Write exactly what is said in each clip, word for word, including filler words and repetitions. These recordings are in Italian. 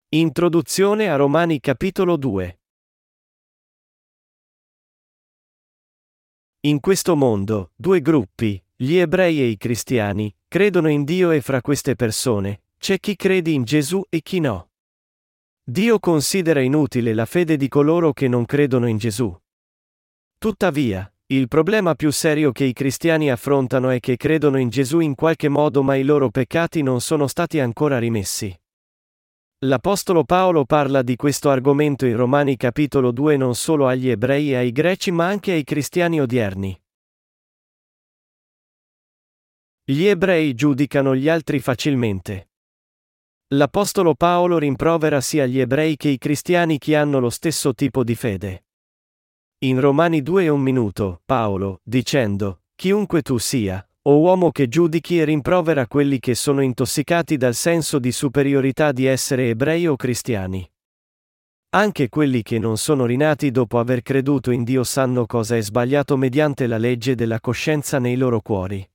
Introduzione a Romani capitolo due. In questo mondo, due gruppi, gli ebrei e i cristiani, credono in Dio e fra queste persone, c'è chi crede in Gesù e chi no. Dio considera inutile la fede di coloro che non credono in Gesù. Tuttavia, il problema più serio che i cristiani affrontano è che credono in Gesù in qualche modo ma i loro peccati non sono stati ancora rimessi. L'Apostolo Paolo parla di questo argomento in Romani capitolo due non solo agli ebrei e ai greci ma anche ai cristiani odierni. Gli ebrei giudicano gli altri facilmente. L'Apostolo Paolo rimprovera sia gli ebrei che i cristiani che hanno lo stesso tipo di fede. In Romani due e un minuto, Paolo, dicendo, chiunque tu sia, o uomo che giudichi e rimprovera quelli che sono intossicati dal senso di superiorità di essere ebrei o cristiani. Anche quelli che non sono rinati dopo aver creduto in Dio sanno cosa è sbagliato mediante la legge della coscienza nei loro cuori.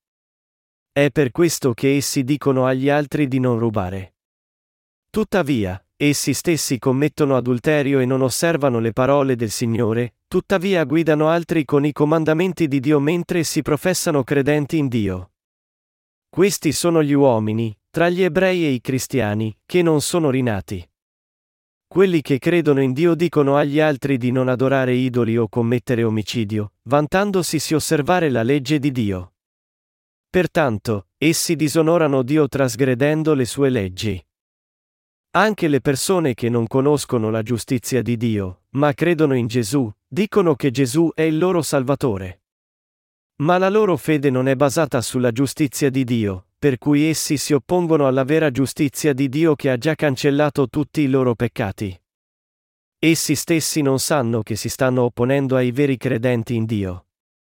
È per questo che essi dicono agli altri di non rubare. Tuttavia, essi stessi commettono adulterio e non osservano le parole del Signore, tuttavia guidano altri con i comandamenti di Dio mentre si professano credenti in Dio. Questi sono gli uomini, tra gli ebrei e i cristiani, che non sono rinati. Quelli che credono in Dio dicono agli altri di non adorare idoli o commettere omicidio, vantandosi si osservare la legge di Dio. Pertanto, essi disonorano Dio trasgredendo le sue leggi. Anche le persone che non conoscono la giustizia di Dio, ma credono in Gesù, dicono che Gesù è il loro Salvatore. Ma la loro fede non è basata sulla giustizia di Dio, per cui essi si oppongono alla vera giustizia di Dio che ha già cancellato tutti i loro peccati. Essi stessi non sanno che si stanno opponendo ai veri credenti in Dio.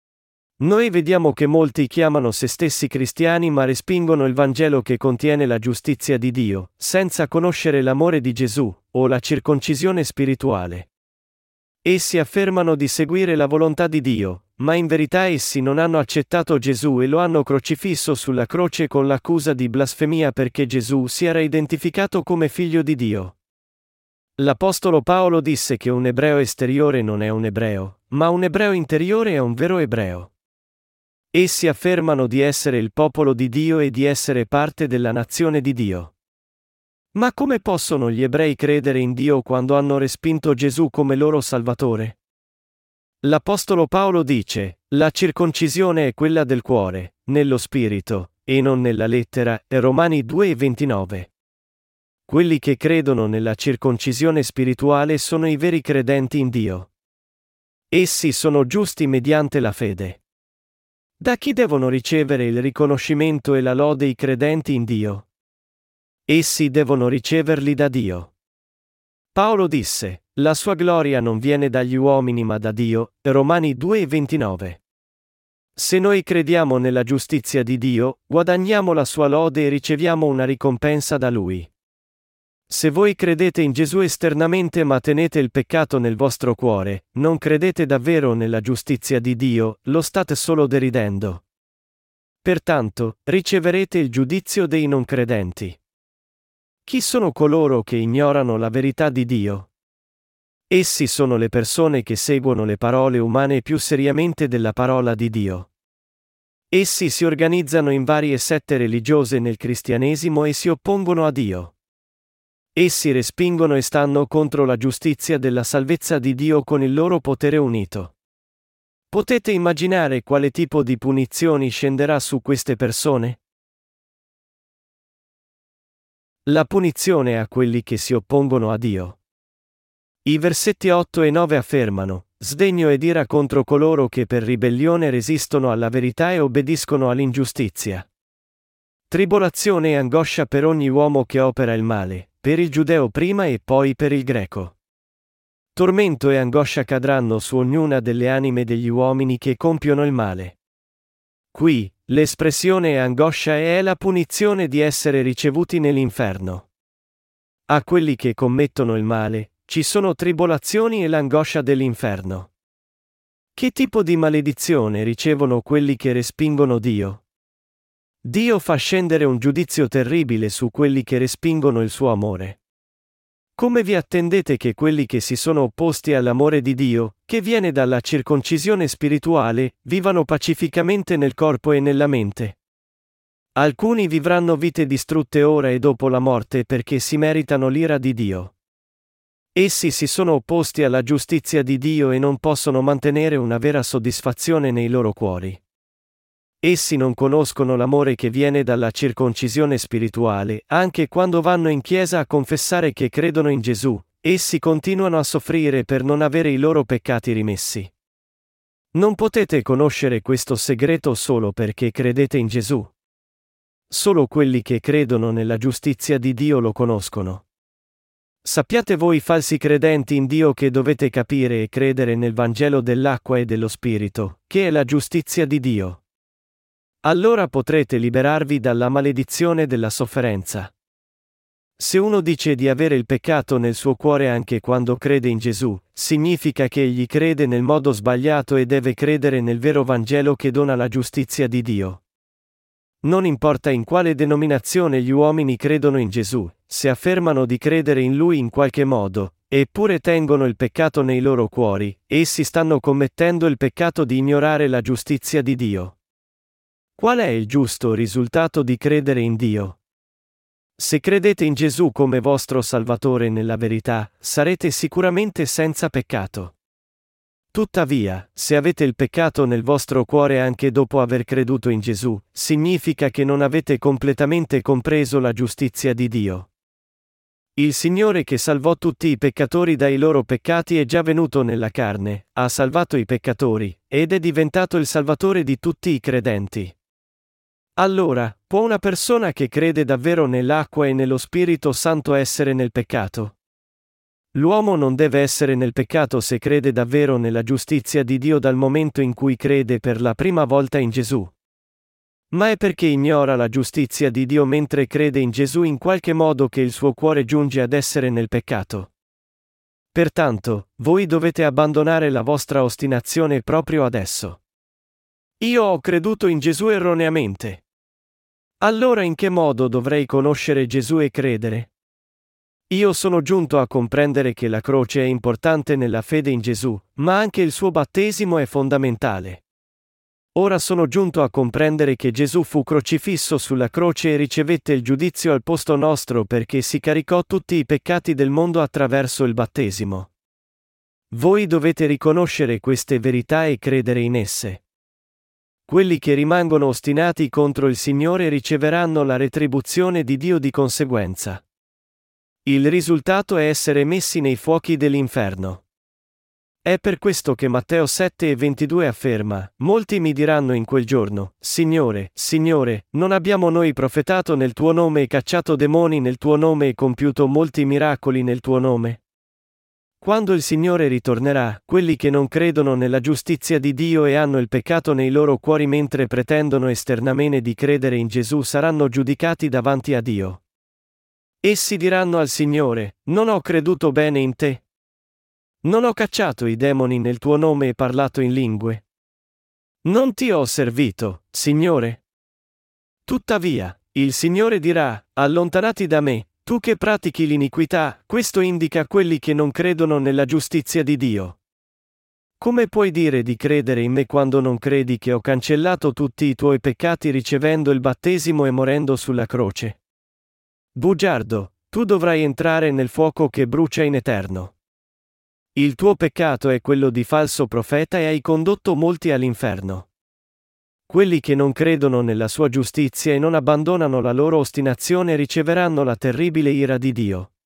Noi vediamo che molti chiamano se stessi cristiani ma respingono il Vangelo che contiene la giustizia di Dio, senza conoscere l'amore di Gesù, o la circoncisione spirituale. Essi affermano di seguire la volontà di Dio, ma in verità essi non hanno accettato Gesù e lo hanno crocifisso sulla croce con l'accusa di blasfemia perché Gesù si era identificato come figlio di Dio. L'Apostolo Paolo disse che un ebreo esteriore non è un ebreo, ma un ebreo interiore è un vero ebreo. Essi affermano di essere il popolo di Dio e di essere parte della nazione di Dio. Ma come possono gli ebrei credere in Dio quando hanno respinto Gesù come loro Salvatore? L'Apostolo Paolo dice, la circoncisione è quella del cuore, nello spirito, e non nella lettera, Romani due e ventinove. Quelli che credono nella circoncisione spirituale sono i veri credenti in Dio. Essi sono giusti mediante la fede. Da chi devono ricevere il riconoscimento e la lode i credenti in Dio? Essi devono riceverli da Dio. Paolo disse, la sua gloria non viene dagli uomini ma da Dio, Romani due e ventinove. Se noi crediamo nella giustizia di Dio, guadagniamo la sua lode e riceviamo una ricompensa da Lui. Se voi credete in Gesù esternamente ma tenete il peccato nel vostro cuore, non credete davvero nella giustizia di Dio, lo state solo deridendo. Pertanto, riceverete il giudizio dei non credenti. Chi sono coloro che ignorano la verità di Dio? Essi sono le persone che seguono le parole umane più seriamente della parola di Dio. Essi si organizzano in varie sette religiose nel cristianesimo e si oppongono a Dio. Essi respingono e stanno contro la giustizia della salvezza di Dio con il loro potere unito. Potete immaginare quale tipo di punizioni scenderà su queste persone? La punizione a quelli che si oppongono a Dio. I versetti otto e nove affermano, sdegno ed ira contro coloro che per ribellione resistono alla verità e obbediscono all'ingiustizia. Tribolazione e angoscia per ogni uomo che opera il male, per il giudeo prima e poi per il greco. Tormento e angoscia cadranno su ognuna delle anime degli uomini che compiono il male. Qui, l'espressione angoscia è la punizione di essere ricevuti nell'inferno. A quelli che commettono il male, ci sono tribolazioni e l'angoscia dell'inferno. Che tipo di maledizione ricevono quelli che respingono Dio? Dio fa scendere un giudizio terribile su quelli che respingono il suo amore. Come vi attendete che quelli che si sono opposti all'amore di Dio, che viene dalla circoncisione spirituale, vivano pacificamente nel corpo e nella mente? Alcuni vivranno vite distrutte ora e dopo la morte perché si meritano l'ira di Dio. Essi si sono opposti alla giustizia di Dio e non possono mantenere una vera soddisfazione nei loro cuori. Essi non conoscono l'amore che viene dalla circoncisione spirituale, anche quando vanno in chiesa a confessare che credono in Gesù, essi continuano a soffrire per non avere i loro peccati rimessi. Non potete conoscere questo segreto solo perché credete in Gesù. Solo quelli che credono nella giustizia di Dio lo conoscono. Sappiate voi falsi credenti in Dio che dovete capire e credere nel Vangelo dell'acqua e dello Spirito, che è la giustizia di Dio. Allora potrete liberarvi dalla maledizione della sofferenza. Se uno dice di avere il peccato nel suo cuore anche quando crede in Gesù, significa che egli crede nel modo sbagliato e deve credere nel vero Vangelo che dona la giustizia di Dio. Non importa in quale denominazione gli uomini credono in Gesù, se affermano di credere in Lui in qualche modo, eppure tengono il peccato nei loro cuori, essi stanno commettendo il peccato di ignorare la giustizia di Dio. Qual è il giusto risultato di credere in Dio? Se credete in Gesù come vostro Salvatore nella verità, sarete sicuramente senza peccato. Tuttavia, se avete il peccato nel vostro cuore anche dopo aver creduto in Gesù, significa che non avete completamente compreso la giustizia di Dio. Il Signore che salvò tutti i peccatori dai loro peccati è già venuto nella carne, ha salvato i peccatori, ed è diventato il Salvatore di tutti i credenti. Allora, può una persona che crede davvero nell'acqua e nello Spirito Santo essere nel peccato? L'uomo non deve essere nel peccato se crede davvero nella giustizia di Dio dal momento in cui crede per la prima volta in Gesù. Ma è perché ignora la giustizia di Dio mentre crede in Gesù in qualche modo che il suo cuore giunge ad essere nel peccato. Pertanto, voi dovete abbandonare la vostra ostinazione proprio adesso. Io ho creduto in Gesù erroneamente. Allora in che modo dovrei conoscere Gesù e credere? Io sono giunto a comprendere che la croce è importante nella fede in Gesù, ma anche il suo battesimo è fondamentale. Ora sono giunto a comprendere che Gesù fu crocifisso sulla croce e ricevette il giudizio al posto nostro perché si caricò tutti i peccati del mondo attraverso il battesimo. Voi dovete riconoscere queste verità e credere in esse. Quelli che rimangono ostinati contro il Signore riceveranno la retribuzione di Dio di conseguenza. Il risultato è essere messi nei fuochi dell'inferno. È per questo che Matteo sette e ventidue afferma: molti mi diranno in quel giorno, Signore, Signore, non abbiamo noi profetato nel tuo nome e cacciato demoni nel tuo nome e compiuto molti miracoli nel tuo nome? Quando il Signore ritornerà, quelli che non credono nella giustizia di Dio e hanno il peccato nei loro cuori mentre pretendono esternamente di credere in Gesù saranno giudicati davanti a Dio. Essi diranno al Signore: non ho creduto bene in te? Non ho cacciato i demoni nel tuo nome e parlato in lingue? Non ti ho servito, Signore? Tuttavia, il Signore dirà: allontanati da me, tu che pratichi l'iniquità. Questo indica quelli che non credono nella giustizia di Dio. Come puoi dire di credere in me quando non credi che ho cancellato tutti i tuoi peccati ricevendo il battesimo e morendo sulla croce? Bugiardo, tu dovrai entrare nel fuoco che brucia in eterno. Il tuo peccato è quello di falso profeta e hai condotto molti all'inferno. Quelli che non credono nella sua giustizia e non abbandonano la loro ostinazione riceveranno la terribile ira di Dio.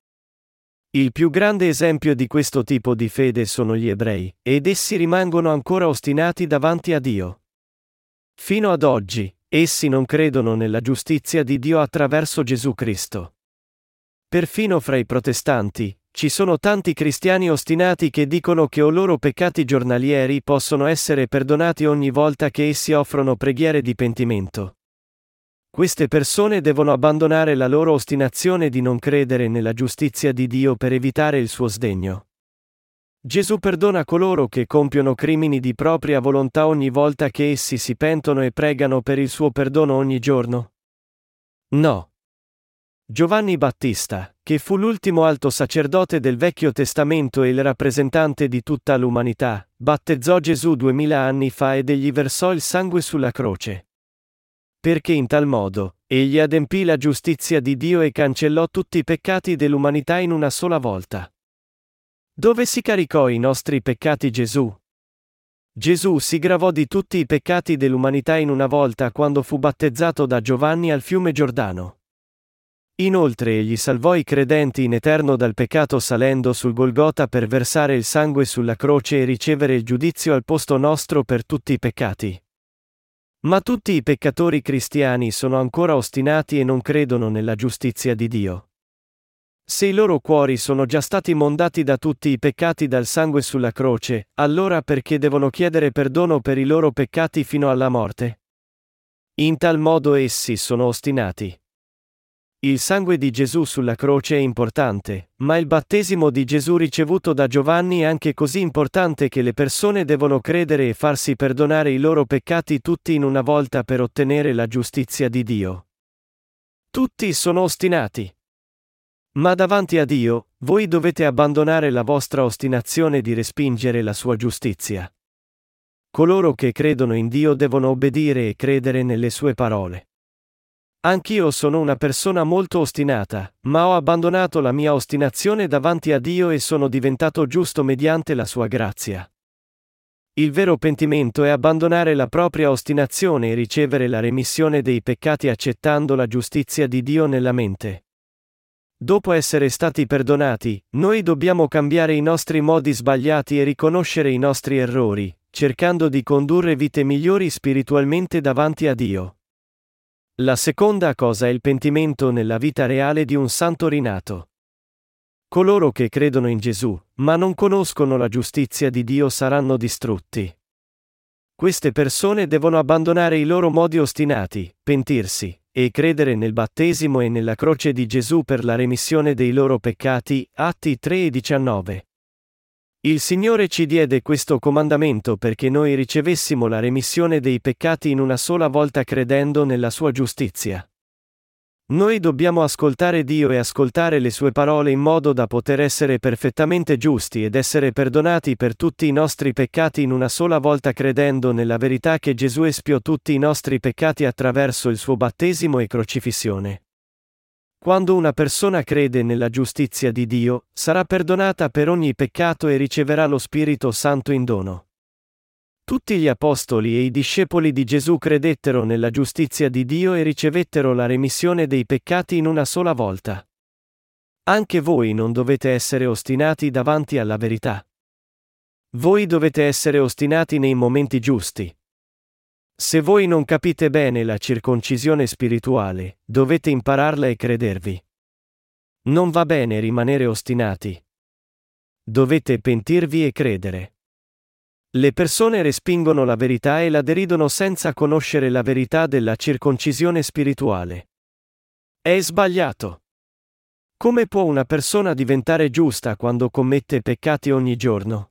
Il più grande esempio di questo tipo di fede sono gli ebrei, ed essi rimangono ancora ostinati davanti a Dio. Fino ad oggi, essi non credono nella giustizia di Dio attraverso Gesù Cristo. Perfino fra i protestanti, ci sono tanti cristiani ostinati che dicono che i loro peccati giornalieri possono essere perdonati ogni volta che essi offrono preghiere di pentimento. Queste persone devono abbandonare la loro ostinazione di non credere nella giustizia di Dio per evitare il suo sdegno. Gesù perdona coloro che compiono crimini di propria volontà ogni volta che essi si pentono e pregano per il suo perdono ogni giorno? No. Giovanni Battista, che fu l'ultimo alto sacerdote del Vecchio Testamento e il rappresentante di tutta l'umanità, battezzò Gesù duemila anni fa ed egli versò il sangue sulla croce. Perché in tal modo, egli adempì la giustizia di Dio e cancellò tutti i peccati dell'umanità in una sola volta. Dove si caricò i nostri peccati Gesù? Gesù si gravò di tutti i peccati dell'umanità in una volta quando fu battezzato da Giovanni al fiume Giordano. Inoltre egli salvò i credenti in eterno dal peccato salendo sul Golgota per versare il sangue sulla croce e ricevere il giudizio al posto nostro per tutti i peccati. Ma tutti i peccatori cristiani sono ancora ostinati e non credono nella giustizia di Dio. Se i loro cuori sono già stati mondati da tutti i peccati dal sangue sulla croce, allora perché devono chiedere perdono per i loro peccati fino alla morte? In tal modo essi sono ostinati. Il sangue di Gesù sulla croce è importante, ma il battesimo di Gesù ricevuto da Giovanni è anche così importante che le persone devono credere e farsi perdonare i loro peccati tutti in una volta per ottenere la giustizia di Dio. Tutti sono ostinati. Ma davanti a Dio, voi dovete abbandonare la vostra ostinazione di respingere la sua giustizia. Coloro che credono in Dio devono obbedire e credere nelle sue parole. Anch'io sono una persona molto ostinata, ma ho abbandonato la mia ostinazione davanti a Dio e sono diventato giusto mediante la sua grazia. Il vero pentimento è abbandonare la propria ostinazione e ricevere la remissione dei peccati accettando la giustizia di Dio nella mente. Dopo essere stati perdonati, noi dobbiamo cambiare i nostri modi sbagliati e riconoscere i nostri errori, cercando di condurre vite migliori spiritualmente davanti a Dio. La seconda cosa è il pentimento nella vita reale di un santo rinato. Coloro che credono in Gesù, ma non conoscono la giustizia di Dio saranno distrutti. Queste persone devono abbandonare i loro modi ostinati, pentirsi, e credere nel battesimo e nella croce di Gesù per la remissione dei loro peccati, Atti tre e diciannove. Il Signore ci diede questo comandamento perché noi ricevessimo la remissione dei peccati in una sola volta credendo nella sua giustizia. Noi dobbiamo ascoltare Dio e ascoltare le sue parole in modo da poter essere perfettamente giusti ed essere perdonati per tutti i nostri peccati in una sola volta credendo nella verità che Gesù espiò tutti i nostri peccati attraverso il suo battesimo e crocifissione. Quando una persona crede nella giustizia di Dio, sarà perdonata per ogni peccato e riceverà lo Spirito Santo in dono. Tutti gli apostoli e i discepoli di Gesù credettero nella giustizia di Dio e ricevettero la remissione dei peccati in una sola volta. Anche voi non dovete essere ostinati davanti alla verità. Voi dovete essere ostinati nei momenti giusti. Se voi non capite bene la circoncisione spirituale, dovete impararla e credervi. Non va bene rimanere ostinati. Dovete pentirvi e credere. Le persone respingono la verità e la deridono senza conoscere la verità della circoncisione spirituale. È sbagliato. Come può una persona diventare giusta quando commette peccati ogni giorno?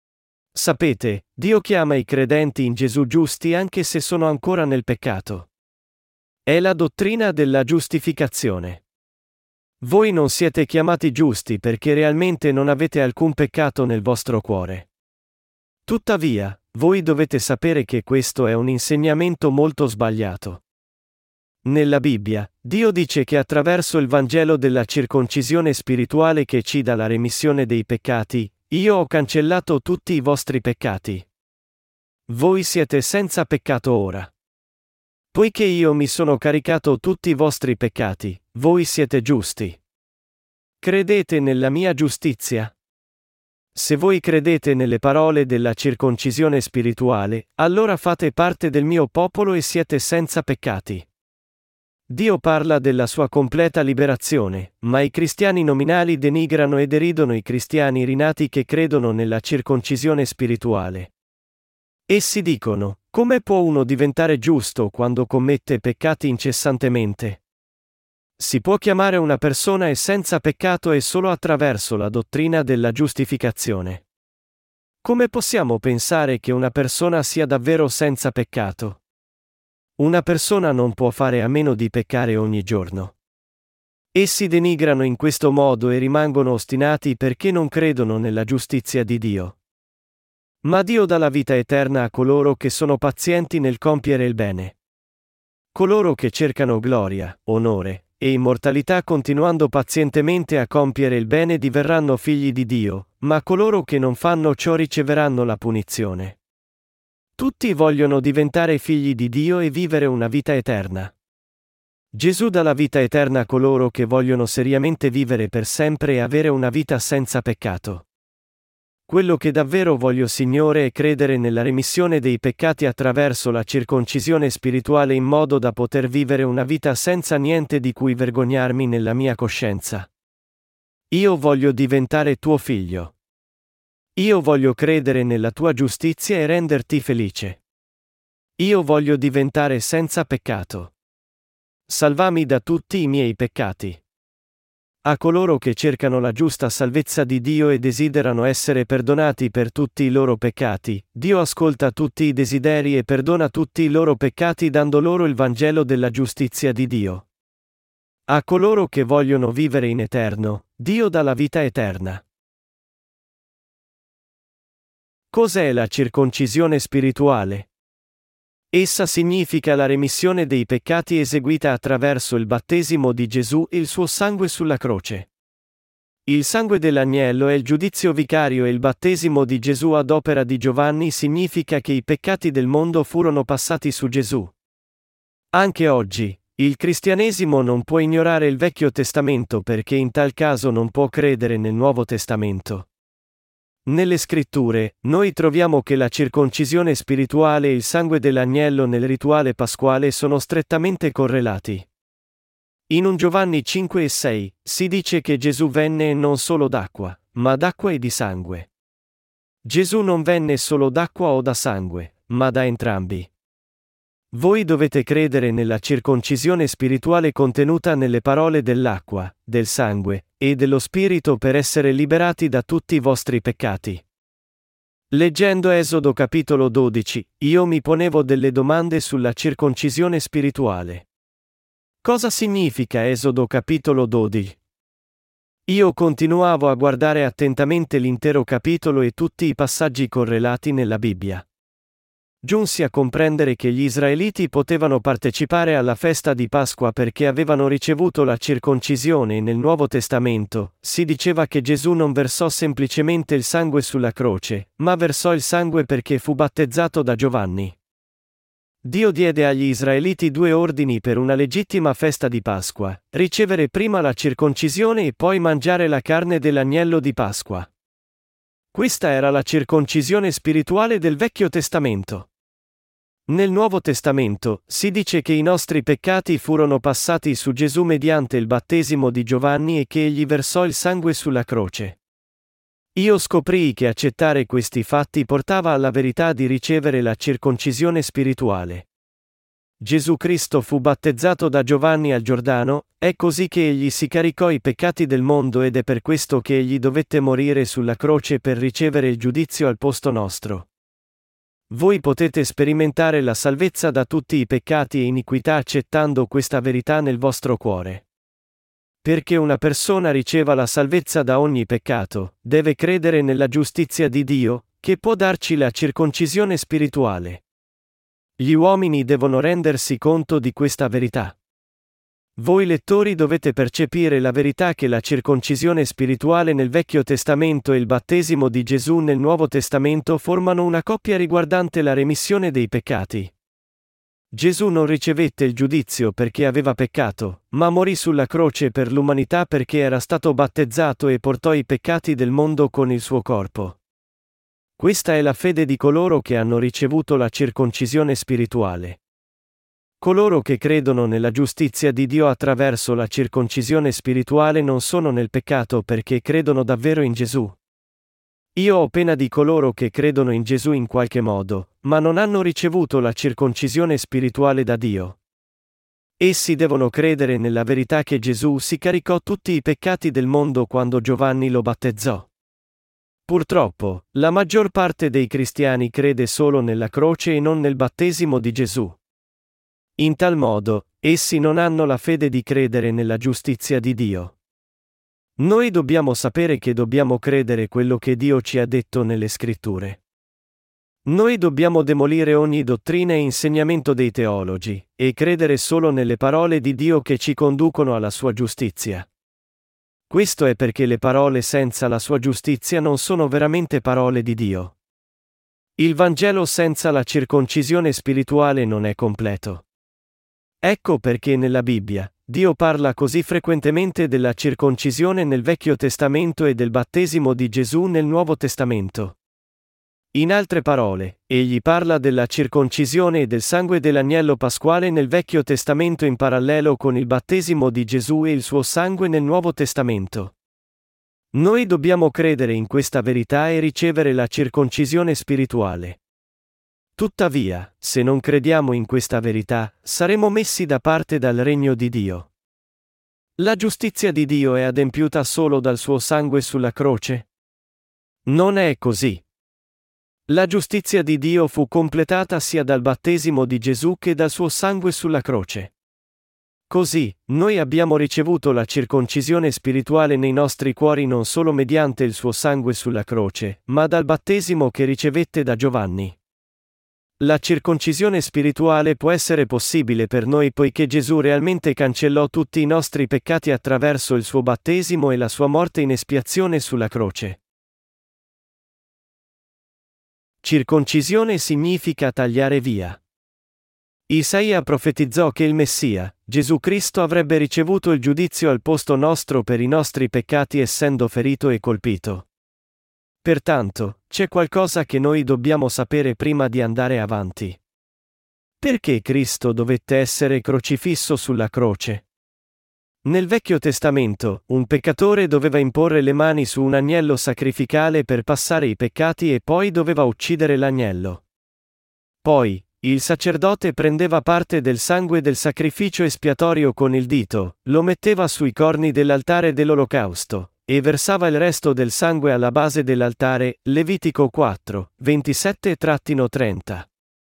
Sapete, Dio chiama i credenti in Gesù giusti anche se sono ancora nel peccato. È la dottrina della giustificazione. Voi non siete chiamati giusti perché realmente non avete alcun peccato nel vostro cuore. Tuttavia, voi dovete sapere che questo è un insegnamento molto sbagliato. Nella Bibbia, Dio dice che attraverso il Vangelo della circoncisione spirituale che ci dà la remissione dei peccati, io ho cancellato tutti i vostri peccati. Voi siete senza peccato ora. Poiché io mi sono caricato tutti i vostri peccati, voi siete giusti. Credete nella mia giustizia? Se voi credete nelle parole della circoncisione spirituale, allora fate parte del mio popolo e siete senza peccati. Dio parla della sua completa liberazione, ma i cristiani nominali denigrano e deridono i cristiani rinati che credono nella circoncisione spirituale. Essi dicono: come può uno diventare giusto quando commette peccati incessantemente? Si può chiamare una persona e senza peccato e solo attraverso la dottrina della giustificazione. Come possiamo pensare che una persona sia davvero senza peccato? Una persona non può fare a meno di peccare ogni giorno. Essi denigrano in questo modo e rimangono ostinati perché non credono nella giustizia di Dio. Ma Dio dà la vita eterna a coloro che sono pazienti nel compiere il bene. Coloro che cercano gloria, onore e immortalità continuando pazientemente a compiere il bene diverranno figli di Dio, ma coloro che non fanno ciò riceveranno la punizione. Tutti vogliono diventare figli di Dio e vivere una vita eterna. Gesù dà la vita eterna a coloro che vogliono seriamente vivere per sempre e avere una vita senza peccato. Quello che davvero voglio, Signore, è credere nella remissione dei peccati attraverso la circoncisione spirituale in modo da poter vivere una vita senza niente di cui vergognarmi nella mia coscienza. Io voglio diventare tuo figlio. Io voglio credere nella tua giustizia e renderti felice. Io voglio diventare senza peccato. Salvami da tutti i miei peccati. A coloro che cercano la giusta salvezza di Dio e desiderano essere perdonati per tutti i loro peccati, Dio ascolta tutti i desideri e perdona tutti i loro peccati dando loro il Vangelo della giustizia di Dio. A coloro che vogliono vivere in eterno, Dio dà la vita eterna. Cos'è la circoncisione spirituale? Essa significa la remissione dei peccati eseguita attraverso il battesimo di Gesù e il suo sangue sulla croce. Il sangue dell'agnello è il giudizio vicario e il battesimo di Gesù ad opera di Giovanni significa che i peccati del mondo furono passati su Gesù. Anche oggi, il cristianesimo non può ignorare il Vecchio Testamento perché in tal caso non può credere nel Nuovo Testamento. Nelle Scritture, noi troviamo che la circoncisione spirituale e il sangue dell'agnello nel rituale pasquale sono strettamente correlati. In un Giovanni cinque e sei, si dice che Gesù venne non solo d'acqua, ma d'acqua e di sangue. Gesù non venne solo d'acqua o da sangue, ma da entrambi. Voi dovete credere nella circoncisione spirituale contenuta nelle parole dell'acqua, del sangue e dello Spirito per essere liberati da tutti i vostri peccati. Leggendo Esodo capitolo dodici, io mi ponevo delle domande sulla circoncisione spirituale. Cosa significa Esodo capitolo dodici? Io continuavo a guardare attentamente l'intero capitolo e tutti i passaggi correlati nella Bibbia. Giunsi a comprendere che gli israeliti potevano partecipare alla festa di Pasqua perché avevano ricevuto la circoncisione e nel Nuovo Testamento si diceva che Gesù non versò semplicemente il sangue sulla croce, ma versò il sangue perché fu battezzato da Giovanni. Dio diede agli israeliti due ordini per una legittima festa di Pasqua: ricevere prima la circoncisione e poi mangiare la carne dell'agnello di Pasqua. Questa era la circoncisione spirituale del Vecchio Testamento. Nel Nuovo Testamento, si dice che i nostri peccati furono passati su Gesù mediante il battesimo di Giovanni e che egli versò il sangue sulla croce. Io scoprii che accettare questi fatti portava alla verità di ricevere la circoncisione spirituale. Gesù Cristo fu battezzato da Giovanni al Giordano, è così che egli si caricò i peccati del mondo ed è per questo che egli dovette morire sulla croce per ricevere il giudizio al posto nostro. Voi potete sperimentare la salvezza da tutti i peccati e iniquità accettando questa verità nel vostro cuore. Perché una persona riceva la salvezza da ogni peccato, deve credere nella giustizia di Dio, che può darci la circoncisione spirituale. Gli uomini devono rendersi conto di questa verità. Voi lettori dovete percepire la verità che la circoncisione spirituale nel Vecchio Testamento e il battesimo di Gesù nel Nuovo Testamento formano una coppia riguardante la remissione dei peccati. Gesù non ricevette il giudizio perché aveva peccato, ma morì sulla croce per l'umanità perché era stato battezzato e portò i peccati del mondo con il suo corpo. Questa è la fede di coloro che hanno ricevuto la circoncisione spirituale. Coloro che credono nella giustizia di Dio attraverso la circoncisione spirituale non sono nel peccato perché credono davvero in Gesù. Io ho pena di coloro che credono in Gesù in qualche modo, ma non hanno ricevuto la circoncisione spirituale da Dio. Essi devono credere nella verità che Gesù si caricò tutti i peccati del mondo quando Giovanni lo battezzò. Purtroppo, la maggior parte dei cristiani crede solo nella croce e non nel battesimo di Gesù. In tal modo, essi non hanno la fede di credere nella giustizia di Dio. Noi dobbiamo sapere che dobbiamo credere quello che Dio ci ha detto nelle Scritture. Noi dobbiamo demolire ogni dottrina e insegnamento dei teologi, e credere solo nelle parole di Dio che ci conducono alla sua giustizia. Questo è perché le parole senza la sua giustizia non sono veramente parole di Dio. Il Vangelo senza la circoncisione spirituale non è completo. Ecco perché nella Bibbia, Dio parla così frequentemente della circoncisione nel Vecchio Testamento e del battesimo di Gesù nel Nuovo Testamento. In altre parole, egli parla della circoncisione e del sangue dell'agnello pasquale nel Vecchio Testamento in parallelo con il battesimo di Gesù e il suo sangue nel Nuovo Testamento. Noi dobbiamo credere in questa verità e ricevere la circoncisione spirituale. Tuttavia, se non crediamo in questa verità, saremo messi da parte dal regno di Dio. La giustizia di Dio è adempiuta solo dal suo sangue sulla croce? Non è così. La giustizia di Dio fu completata sia dal battesimo di Gesù che dal suo sangue sulla croce. Così, noi abbiamo ricevuto la circoncisione spirituale nei nostri cuori non solo mediante il suo sangue sulla croce, ma dal battesimo che ricevette da Giovanni. La circoncisione spirituale può essere possibile per noi poiché Gesù realmente cancellò tutti i nostri peccati attraverso il suo battesimo e la sua morte in espiazione sulla croce. Circoncisione significa tagliare via. Isaia profetizzò che il Messia, Gesù Cristo, avrebbe ricevuto il giudizio al posto nostro per i nostri peccati essendo ferito e colpito. Pertanto, c'è qualcosa che noi dobbiamo sapere prima di andare avanti. Perché Cristo dovette essere crocifisso sulla croce? Nel Vecchio Testamento, un peccatore doveva imporre le mani su un agnello sacrificale per passare i peccati e poi doveva uccidere l'agnello. Poi, il sacerdote prendeva parte del sangue del sacrificio espiatorio con il dito, lo metteva sui corni dell'altare dell'olocausto, e versava il resto del sangue alla base dell'altare, Levitico quattro, ventisette trenta.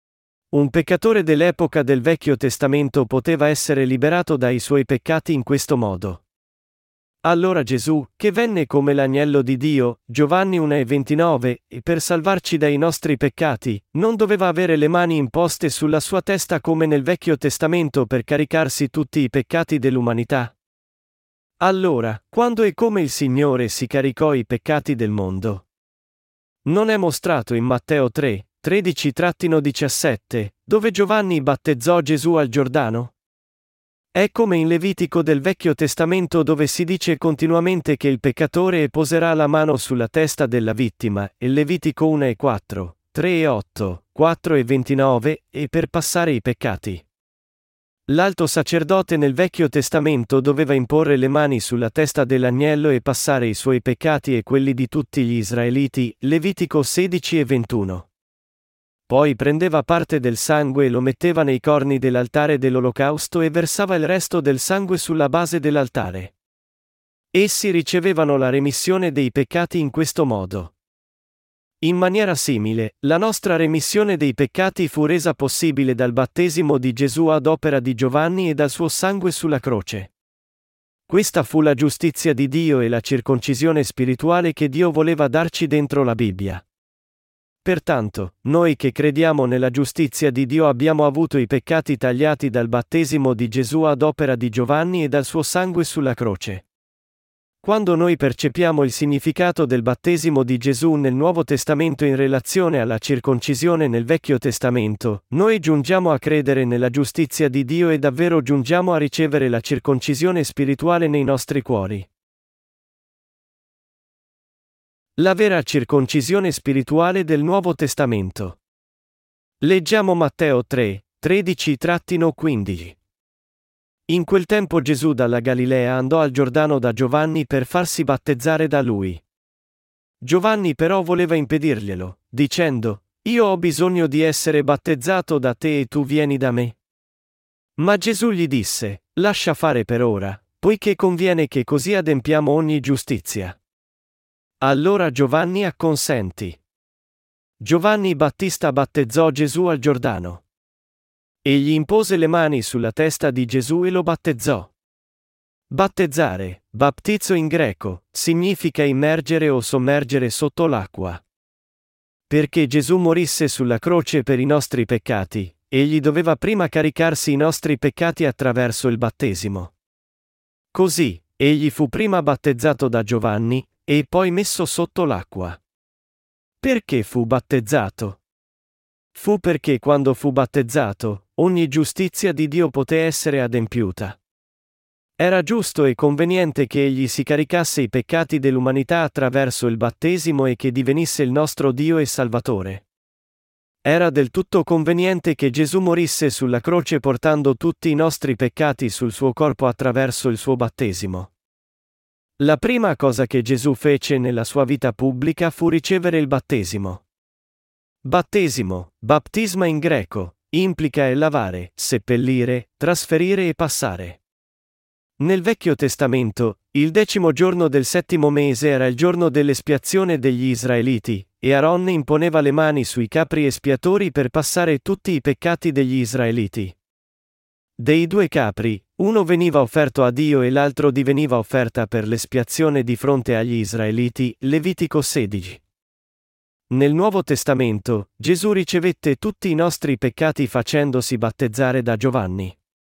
Un peccatore dell'epoca del Vecchio Testamento poteva essere liberato dai suoi peccati in questo modo. Allora Gesù, che venne come l'agnello di Dio, Giovanni uno e ventinove, e per salvarci dai nostri peccati, non doveva avere le mani imposte sulla sua testa come nel Vecchio Testamento per caricarsi tutti i peccati dell'umanità. Allora, quando e come il Signore si caricò i peccati del mondo? Non è mostrato in Matteo tre, tredici diciassette, dove Giovanni battezzò Gesù al Giordano? È come in Levitico del Vecchio Testamento dove si dice continuamente che il peccatore poserà la mano sulla testa della vittima, e Levitico uno e quattro, tre e otto, quattro e ventinove, e per passare i peccati. L'alto sacerdote nel Vecchio Testamento doveva imporre le mani sulla testa dell'agnello e passare i suoi peccati e quelli di tutti gli israeliti, Levitico sedici e ventuno. Poi prendeva parte del sangue e lo metteva nei corni dell'altare dell'olocausto e versava il resto del sangue sulla base dell'altare. Essi ricevevano la remissione dei peccati in questo modo. In maniera simile, la nostra remissione dei peccati fu resa possibile dal battesimo di Gesù ad opera di Giovanni e dal suo sangue sulla croce. Questa fu la giustizia di Dio e la circoncisione spirituale che Dio voleva darci dentro la Bibbia. Pertanto, noi che crediamo nella giustizia di Dio abbiamo avuto i peccati tagliati dal battesimo di Gesù ad opera di Giovanni e dal suo sangue sulla croce. Quando noi percepiamo il significato del battesimo di Gesù nel Nuovo Testamento in relazione alla circoncisione nel Vecchio Testamento, noi giungiamo a credere nella giustizia di Dio e davvero giungiamo a ricevere la circoncisione spirituale nei nostri cuori. La vera circoncisione spirituale del Nuovo Testamento. Leggiamo Matteo tre, tredici quindici. In quel tempo Gesù dalla Galilea andò al Giordano da Giovanni per farsi battezzare da lui. Giovanni però voleva impedirglielo, dicendo: «Io ho bisogno di essere battezzato da te e tu vieni da me». Ma Gesù gli disse: «Lascia fare per ora, poiché conviene che così adempiamo ogni giustizia». Allora Giovanni acconsentì. Giovanni Battista battezzò Gesù al Giordano. Egli impose le mani sulla testa di Gesù e lo battezzò. Battezzare, baptizo in greco, significa immergere o sommergere sotto l'acqua. Perché Gesù morisse sulla croce per i nostri peccati, egli doveva prima caricarsi i nostri peccati attraverso il battesimo. Così, egli fu prima battezzato da Giovanni, e poi messo sotto l'acqua. Perché fu battezzato? Fu perché quando fu battezzato, ogni giustizia di Dio poté essere adempiuta. Era giusto e conveniente che egli si caricasse i peccati dell'umanità attraverso il battesimo e che divenisse il nostro Dio e Salvatore. Era del tutto conveniente che Gesù morisse sulla croce portando tutti i nostri peccati sul suo corpo attraverso il suo battesimo. La prima cosa che Gesù fece nella sua vita pubblica fu ricevere il battesimo. Battesimo, baptisma in greco, implica il lavare, seppellire, trasferire e passare. Nel Vecchio Testamento, il decimo giorno del settimo mese era il giorno dell'espiazione degli Israeliti, e Aaron imponeva le mani sui capri espiatori per passare tutti i peccati degli Israeliti. Dei due capri, uno veniva offerto a Dio e l'altro diveniva offerta per l'espiazione di fronte agli Israeliti, Levitico sedici. Nel Nuovo Testamento, Gesù ricevette tutti i nostri peccati facendosi battezzare da Giovanni.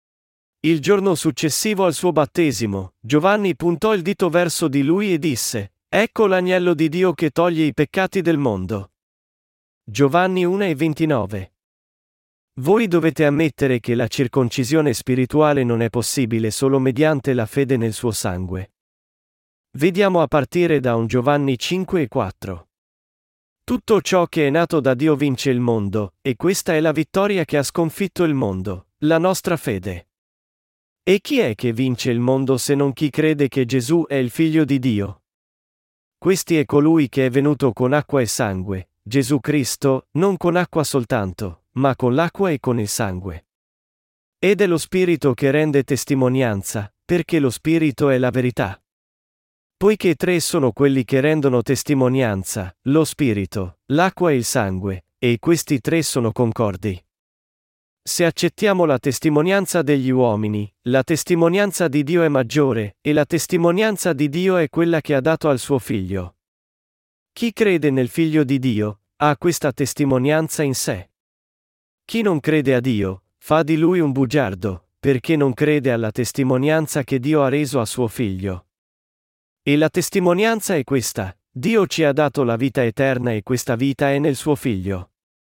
Il giorno successivo al suo battesimo, Giovanni puntò il dito verso di lui e disse: «Ecco l'agnello di Dio che toglie i peccati del mondo». Giovanni uno e ventinove. Voi dovete ammettere che la circoncisione spirituale non è possibile solo mediante la fede nel suo sangue. Vediamo a partire da un Giovanni cinque e quattro. Tutto ciò che è nato da Dio vince il mondo, e questa è la vittoria che ha sconfitto il mondo, la nostra fede. E chi è che vince il mondo se non chi crede che Gesù è il Figlio di Dio? Questi è colui che è venuto con acqua e sangue, Gesù Cristo, non con acqua soltanto, ma con l'acqua e con il sangue. Ed è lo Spirito che rende testimonianza, perché lo Spirito è la verità. Poiché tre sono quelli che rendono testimonianza, lo Spirito, l'acqua e il sangue, e questi tre sono concordi. Se accettiamo la testimonianza degli uomini, la testimonianza di Dio è maggiore, e la testimonianza di Dio è quella che ha dato al suo Figlio. Chi crede nel Figlio di Dio, ha questa testimonianza in sé. Chi non crede a Dio, fa di lui un bugiardo, perché non crede alla testimonianza che Dio ha reso a suo Figlio. E la testimonianza è questa: Dio ci ha dato la vita eterna e questa vita è nel suo Figlio.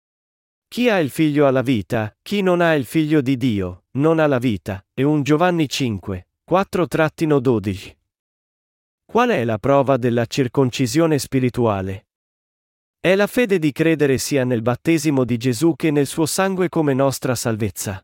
Chi ha il Figlio ha la vita, chi non ha il Figlio di Dio, non ha la vita. E un Giovanni cinque, quattro dodici. Qual è la prova della circoncisione spirituale? È la fede di credere sia nel battesimo di Gesù che nel suo sangue come nostra salvezza.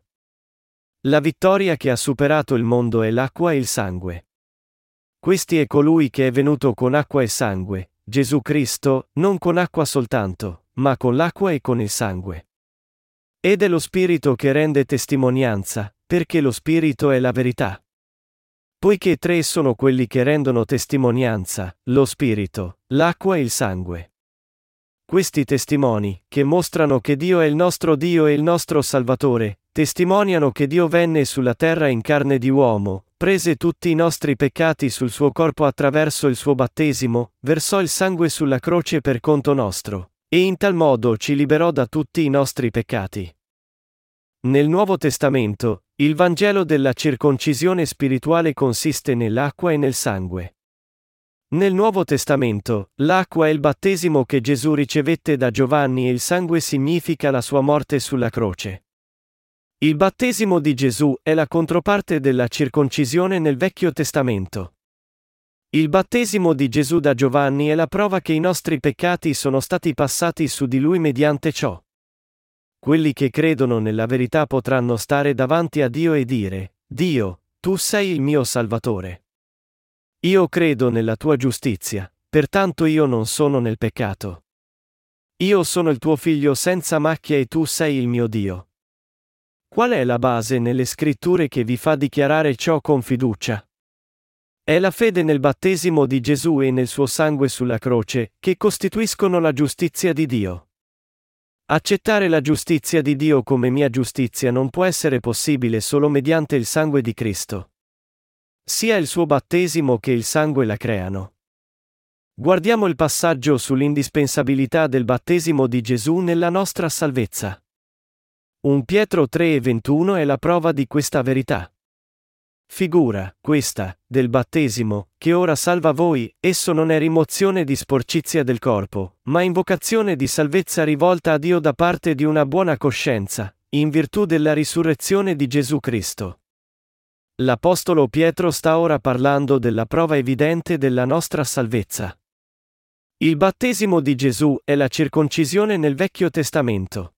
La vittoria che ha superato il mondo è l'acqua e il sangue. Questi è colui che è venuto con acqua e sangue, Gesù Cristo, non con acqua soltanto, ma con l'acqua e con il sangue. Ed è lo Spirito che rende testimonianza, perché lo Spirito è la verità. Poiché tre sono quelli che rendono testimonianza, lo Spirito, l'acqua e il sangue. Questi testimoni, che mostrano che Dio è il nostro Dio e il nostro Salvatore, testimoniano che Dio venne sulla terra in carne di uomo, prese tutti i nostri peccati sul suo corpo attraverso il suo battesimo, versò il sangue sulla croce per conto nostro, e in tal modo ci liberò da tutti i nostri peccati. Nel Nuovo Testamento, il Vangelo della circoncisione spirituale consiste nell'acqua e nel sangue. Nel Nuovo Testamento, l'acqua è il battesimo che Gesù ricevette da Giovanni e il sangue significa la sua morte sulla croce. Il battesimo di Gesù è la controparte della circoncisione nel Vecchio Testamento. Il battesimo di Gesù da Giovanni è la prova che i nostri peccati sono stati passati su di lui mediante ciò. Quelli che credono nella verità potranno stare davanti a Dio e dire: Dio, tu sei il mio Salvatore. Io credo nella tua giustizia, pertanto io non sono nel peccato. Io sono il tuo figlio senza macchia e tu sei il mio Dio. Qual è la base nelle scritture che vi fa dichiarare ciò con fiducia? È la fede nel battesimo di Gesù e nel suo sangue sulla croce, che costituiscono la giustizia di Dio. Accettare la giustizia di Dio come mia giustizia non può essere possibile solo mediante il sangue di Cristo. Sia il suo battesimo che il sangue la creano. Guardiamo il passaggio sull'indispensabilità del battesimo di Gesù nella nostra salvezza. primo Pietro tre e ventuno è la prova di questa verità. Figura, questa, del battesimo, che ora salva voi, esso non è rimozione di sporcizia del corpo, ma invocazione di salvezza rivolta a Dio da parte di una buona coscienza, in virtù della risurrezione di Gesù Cristo. L'Apostolo Pietro sta ora parlando della prova evidente della nostra salvezza. Il battesimo di Gesù è la circoncisione nel Vecchio Testamento.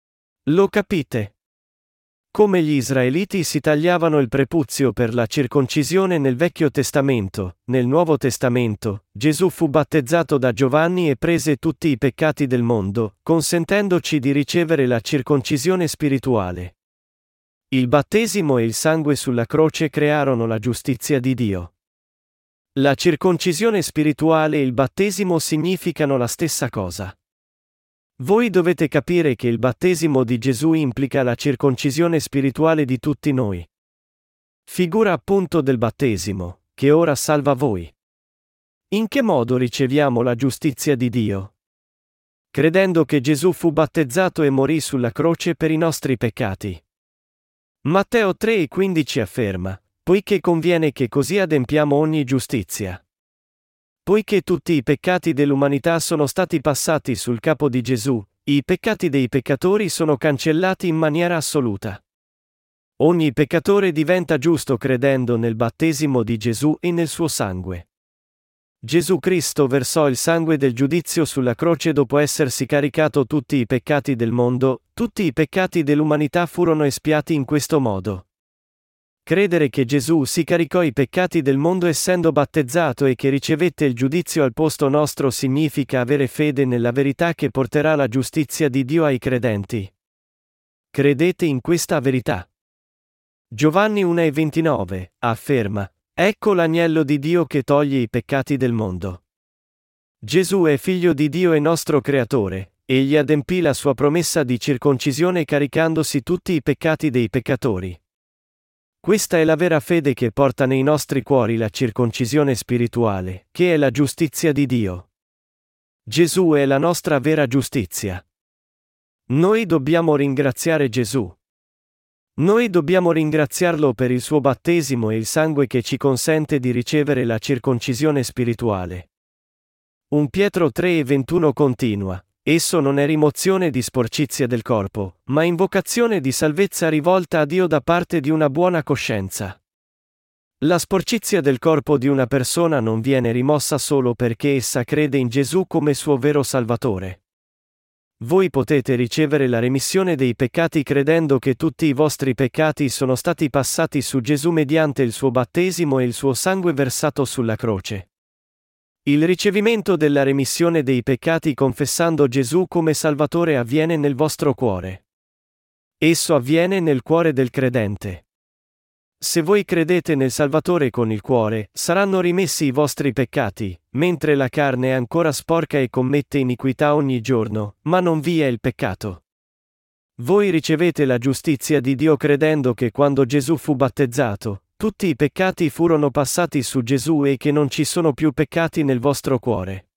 Lo capite? Come gli israeliti si tagliavano il prepuzio per la circoncisione nel Vecchio Testamento, nel Nuovo Testamento, Gesù fu battezzato da Giovanni e prese tutti i peccati del mondo, consentendoci di ricevere la circoncisione spirituale. Il battesimo e il sangue sulla croce crearono la giustizia di Dio. La circoncisione spirituale e il battesimo significano la stessa cosa. Voi dovete capire che il battesimo di Gesù implica la circoncisione spirituale di tutti noi. Figura appunto del battesimo, che ora salva voi. In che modo riceviamo la giustizia di Dio? Credendo che Gesù fu battezzato e morì sulla croce per i nostri peccati. Matteo tre e quindici afferma: poiché conviene che così adempiamo ogni giustizia. Poiché tutti i peccati dell'umanità sono stati passati sul capo di Gesù, i peccati dei peccatori sono cancellati in maniera assoluta. Ogni peccatore diventa giusto credendo nel battesimo di Gesù e nel suo sangue. Gesù Cristo versò il sangue del giudizio sulla croce dopo essersi caricato tutti i peccati del mondo, tutti i peccati dell'umanità furono espiati in questo modo. Credere che Gesù si caricò i peccati del mondo essendo battezzato e che ricevette il giudizio al posto nostro significa avere fede nella verità che porterà la giustizia di Dio ai credenti. Credete in questa verità. Giovanni uno e ventinove afferma: ecco l'agnello di Dio che toglie i peccati del mondo. Gesù è figlio di Dio e nostro creatore, egli adempì la sua promessa di circoncisione caricandosi tutti i peccati dei peccatori. Questa è la vera fede che porta nei nostri cuori la circoncisione spirituale, che è la giustizia di Dio. Gesù è la nostra vera giustizia. Noi dobbiamo ringraziare Gesù. Noi dobbiamo ringraziarlo per il suo battesimo e il sangue che ci consente di ricevere la circoncisione spirituale. primo Pietro tre e ventuno continua: esso non è rimozione di sporcizia del corpo, ma invocazione di salvezza rivolta a Dio da parte di una buona coscienza. La sporcizia del corpo di una persona non viene rimossa solo perché essa crede in Gesù come suo vero Salvatore. Voi potete ricevere la remissione dei peccati credendo che tutti i vostri peccati sono stati passati su Gesù mediante il suo battesimo e il suo sangue versato sulla croce. Il ricevimento della remissione dei peccati confessando Gesù come Salvatore avviene nel vostro cuore. Esso avviene nel cuore del credente. Se voi credete nel Salvatore con il cuore, saranno rimessi i vostri peccati, mentre la carne è ancora sporca e commette iniquità ogni giorno, ma non vi è il peccato. Voi ricevete la giustizia di Dio credendo che quando Gesù fu battezzato, tutti i peccati furono passati su Gesù e che non ci sono più peccati nel vostro cuore.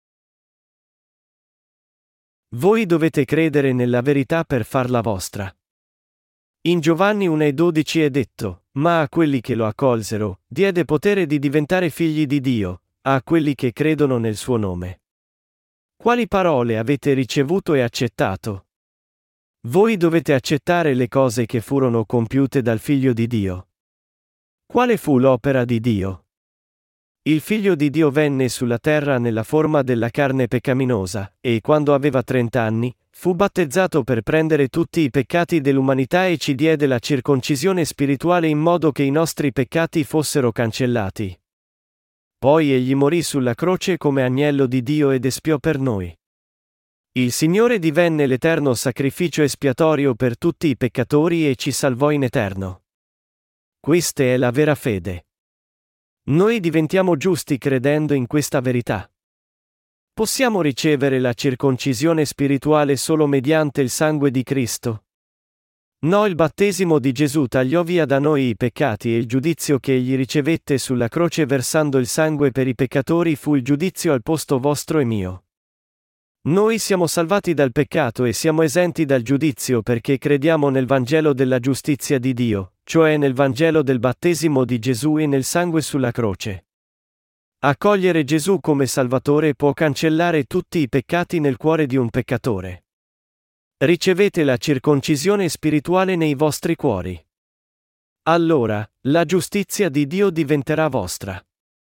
Voi dovete credere nella verità per farla vostra. In Giovanni uno e dodici è detto: ma a quelli che lo accolsero, diede potere di diventare figli di Dio, a quelli che credono nel suo nome. Quali parole avete ricevuto e accettato? Voi dovete accettare le cose che furono compiute dal Figlio di Dio. Quale fu l'opera di Dio? Il Figlio di Dio venne sulla terra nella forma della carne peccaminosa, e quando aveva trenta anni, fu battezzato per prendere tutti i peccati dell'umanità e ci diede la circoncisione spirituale in modo che i nostri peccati fossero cancellati. Poi egli morì sulla croce come agnello di Dio ed espiò per noi. Il Signore divenne l'eterno sacrificio espiatorio per tutti i peccatori e ci salvò in eterno. Questa è la vera fede. Noi diventiamo giusti credendo in questa verità. Possiamo ricevere la circoncisione spirituale solo mediante il sangue di Cristo? No, il battesimo di Gesù tagliò via da noi i peccati e il giudizio che egli ricevette sulla croce versando il sangue per i peccatori fu il giudizio al posto vostro e mio. Noi siamo salvati dal peccato e siamo esenti dal giudizio perché crediamo nel Vangelo della giustizia di Dio, cioè nel Vangelo del battesimo di Gesù e nel sangue sulla croce. Accogliere Gesù come Salvatore può cancellare tutti i peccati nel cuore di un peccatore. Ricevete la circoncisione spirituale nei vostri cuori. Allora, la giustizia di Dio diventerà vostra.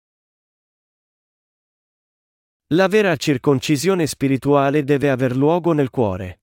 La vera circoncisione spirituale deve aver luogo nel cuore.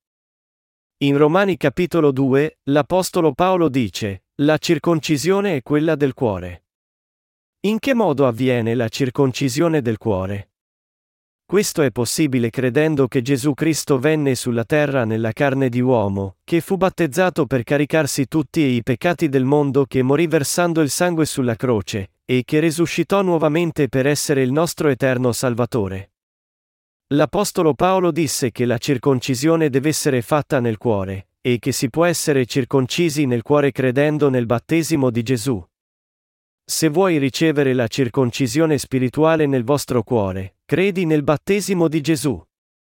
In Romani capitolo due, l'Apostolo Paolo dice: la circoncisione è quella del cuore. In che modo avviene la circoncisione del cuore? Questo è possibile credendo che Gesù Cristo venne sulla terra nella carne di uomo, che fu battezzato per caricarsi tutti i peccati del mondo, che morì versando il sangue sulla croce, e che risuscitò nuovamente per essere il nostro eterno Salvatore. L'Apostolo Paolo disse che la circoncisione deve essere fatta nel cuore, e che si può essere circoncisi nel cuore credendo nel battesimo di Gesù. Se vuoi ricevere la circoncisione spirituale nel vostro cuore, credi nel battesimo di Gesù.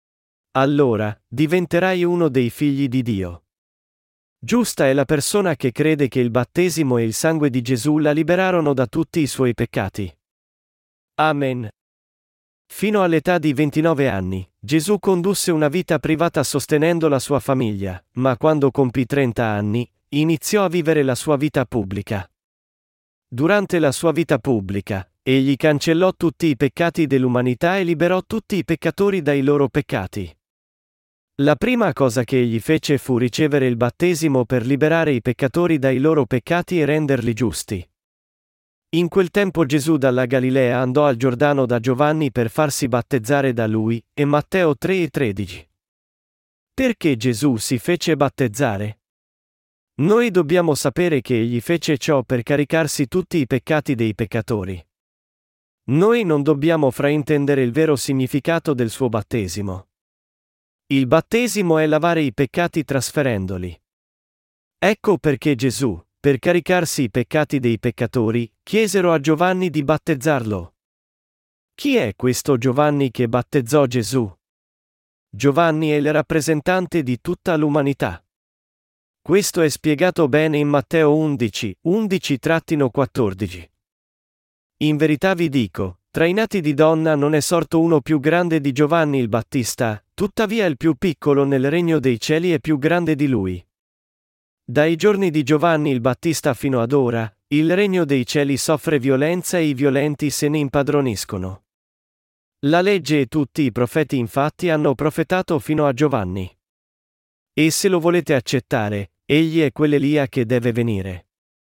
Allora, diventerai uno dei figli di Dio. Giusta è la persona che crede che il battesimo e il sangue di Gesù la liberarono da tutti i suoi peccati. Amen. Fino all'età di ventinove anni, Gesù condusse una vita privata sostenendo la sua famiglia, ma quando compì trenta anni, iniziò a vivere la sua vita pubblica. Durante la sua vita pubblica, egli cancellò tutti i peccati dell'umanità e liberò tutti i peccatori dai loro peccati. La prima cosa che egli fece fu ricevere il battesimo per liberare i peccatori dai loro peccati e renderli giusti. In quel tempo Gesù dalla Galilea andò al Giordano da Giovanni per farsi battezzare da lui, e Matteo tre e tredici. Perché Gesù si fece battezzare? Noi dobbiamo sapere che egli fece ciò per caricarsi tutti i peccati dei peccatori. Noi non dobbiamo fraintendere il vero significato del suo battesimo. Il battesimo è lavare i peccati trasferendoli. Ecco perché Gesù, per caricarsi i peccati dei peccatori, chiesero a Giovanni di battezzarlo. Chi è questo Giovanni che battezzò Gesù? Giovanni è il rappresentante di tutta l'umanità. Questo è spiegato bene in Matteo undici, undici quattordici. In verità vi dico, tra i nati di donna non è sorto uno più grande di Giovanni il Battista, tuttavia il più piccolo nel regno dei cieli è più grande di lui. Dai giorni di Giovanni il Battista fino ad ora, il regno dei cieli soffre violenza e i violenti se ne impadroniscono. La legge e tutti i profeti infatti hanno profetato fino a Giovanni. E se lo volete accettare, egli è quell'Elia che deve venire.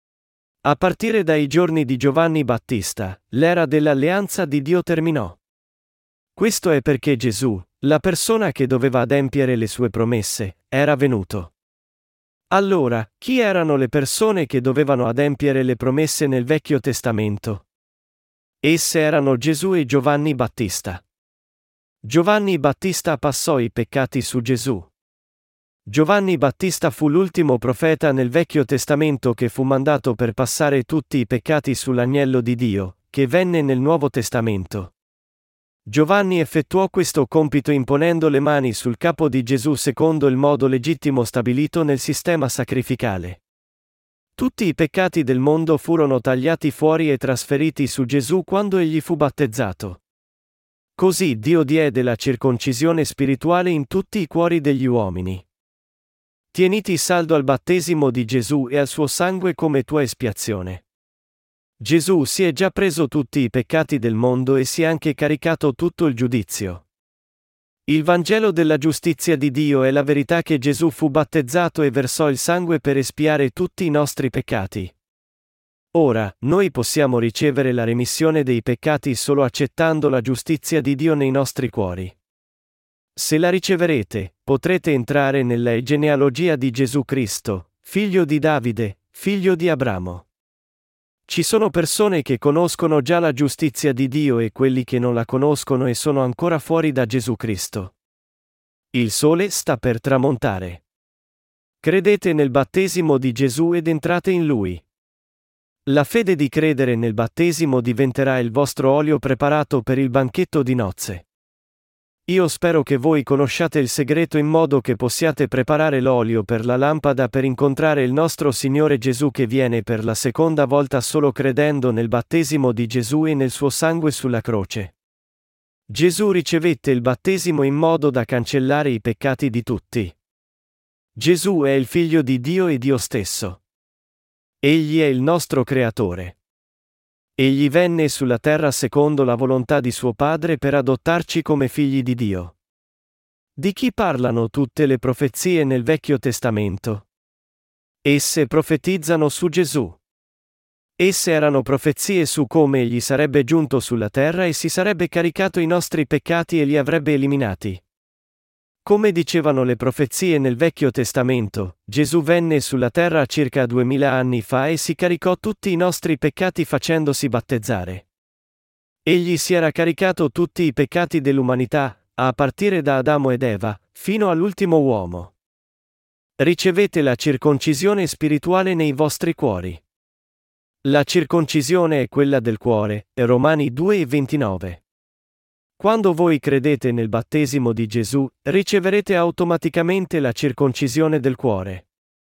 A partire dai giorni di Giovanni Battista, l'era dell'alleanza di Dio terminò. Questo è perché Gesù, la persona che doveva adempiere le sue promesse, era venuto. Allora, chi erano le persone che dovevano adempiere le promesse nel Vecchio Testamento? Esse erano Gesù e Giovanni Battista. Giovanni Battista passò i peccati su Gesù. Giovanni Battista fu l'ultimo profeta nel Vecchio Testamento che fu mandato per passare tutti i peccati sull'agnello di Dio, che venne nel Nuovo Testamento. Giovanni effettuò questo compito imponendo le mani sul capo di Gesù secondo il modo legittimo stabilito nel sistema sacrificale. Tutti i peccati del mondo furono tagliati fuori e trasferiti su Gesù quando egli fu battezzato. Così Dio diede la circoncisione spirituale in tutti i cuori degli uomini. Tieniti saldo al battesimo di Gesù e al suo sangue come tua espiazione. Gesù si è già preso tutti i peccati del mondo e si è anche caricato tutto il giudizio. Il Vangelo della giustizia di Dio è la verità che Gesù fu battezzato e versò il sangue per espiare tutti i nostri peccati. Ora, noi possiamo ricevere la remissione dei peccati solo accettando la giustizia di Dio nei nostri cuori. Se la riceverete, potrete entrare nella genealogia di Gesù Cristo, figlio di Davide, figlio di Abramo. Ci sono persone che conoscono già la giustizia di Dio e quelli che non la conoscono e sono ancora fuori da Gesù Cristo. Il sole sta per tramontare. Credete nel battesimo di Gesù ed entrate in Lui. La fede di credere nel battesimo diventerà il vostro olio preparato per il banchetto di nozze. Io spero che voi conosciate il segreto in modo che possiate preparare l'olio per la lampada per incontrare il nostro Signore Gesù che viene per la seconda volta solo credendo nel battesimo di Gesù e nel suo sangue sulla croce. Gesù ricevette il battesimo in modo da cancellare i peccati di tutti. Gesù è il Figlio di Dio e Dio stesso. Egli è il nostro Creatore. Egli venne sulla terra secondo la volontà di suo Padre per adottarci come figli di Dio. Di chi parlano tutte le profezie nel Vecchio Testamento? Esse profetizzano su Gesù. Esse erano profezie su come egli sarebbe giunto sulla terra e si sarebbe caricato i nostri peccati e li avrebbe eliminati. Come dicevano le profezie nel Vecchio Testamento, Gesù venne sulla terra circa duemila anni fa e si caricò tutti i nostri peccati facendosi battezzare. Egli si era caricato tutti i peccati dell'umanità, a partire da Adamo ed Eva, fino all'ultimo uomo. Ricevete la circoncisione spirituale nei vostri cuori. La circoncisione è quella del cuore, Romani due e ventinove. Quando voi credete nel battesimo di Gesù, riceverete automaticamente la circoncisione del cuore.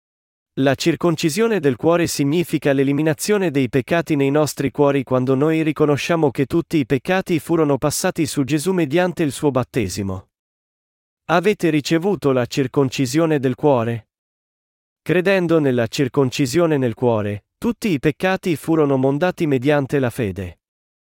La circoncisione del cuore significa l'eliminazione dei peccati nei nostri cuori quando noi riconosciamo che tutti i peccati furono passati su Gesù mediante il suo battesimo. Avete ricevuto la circoncisione del cuore? Credendo nella circoncisione nel cuore, tutti i peccati furono mondati mediante la fede.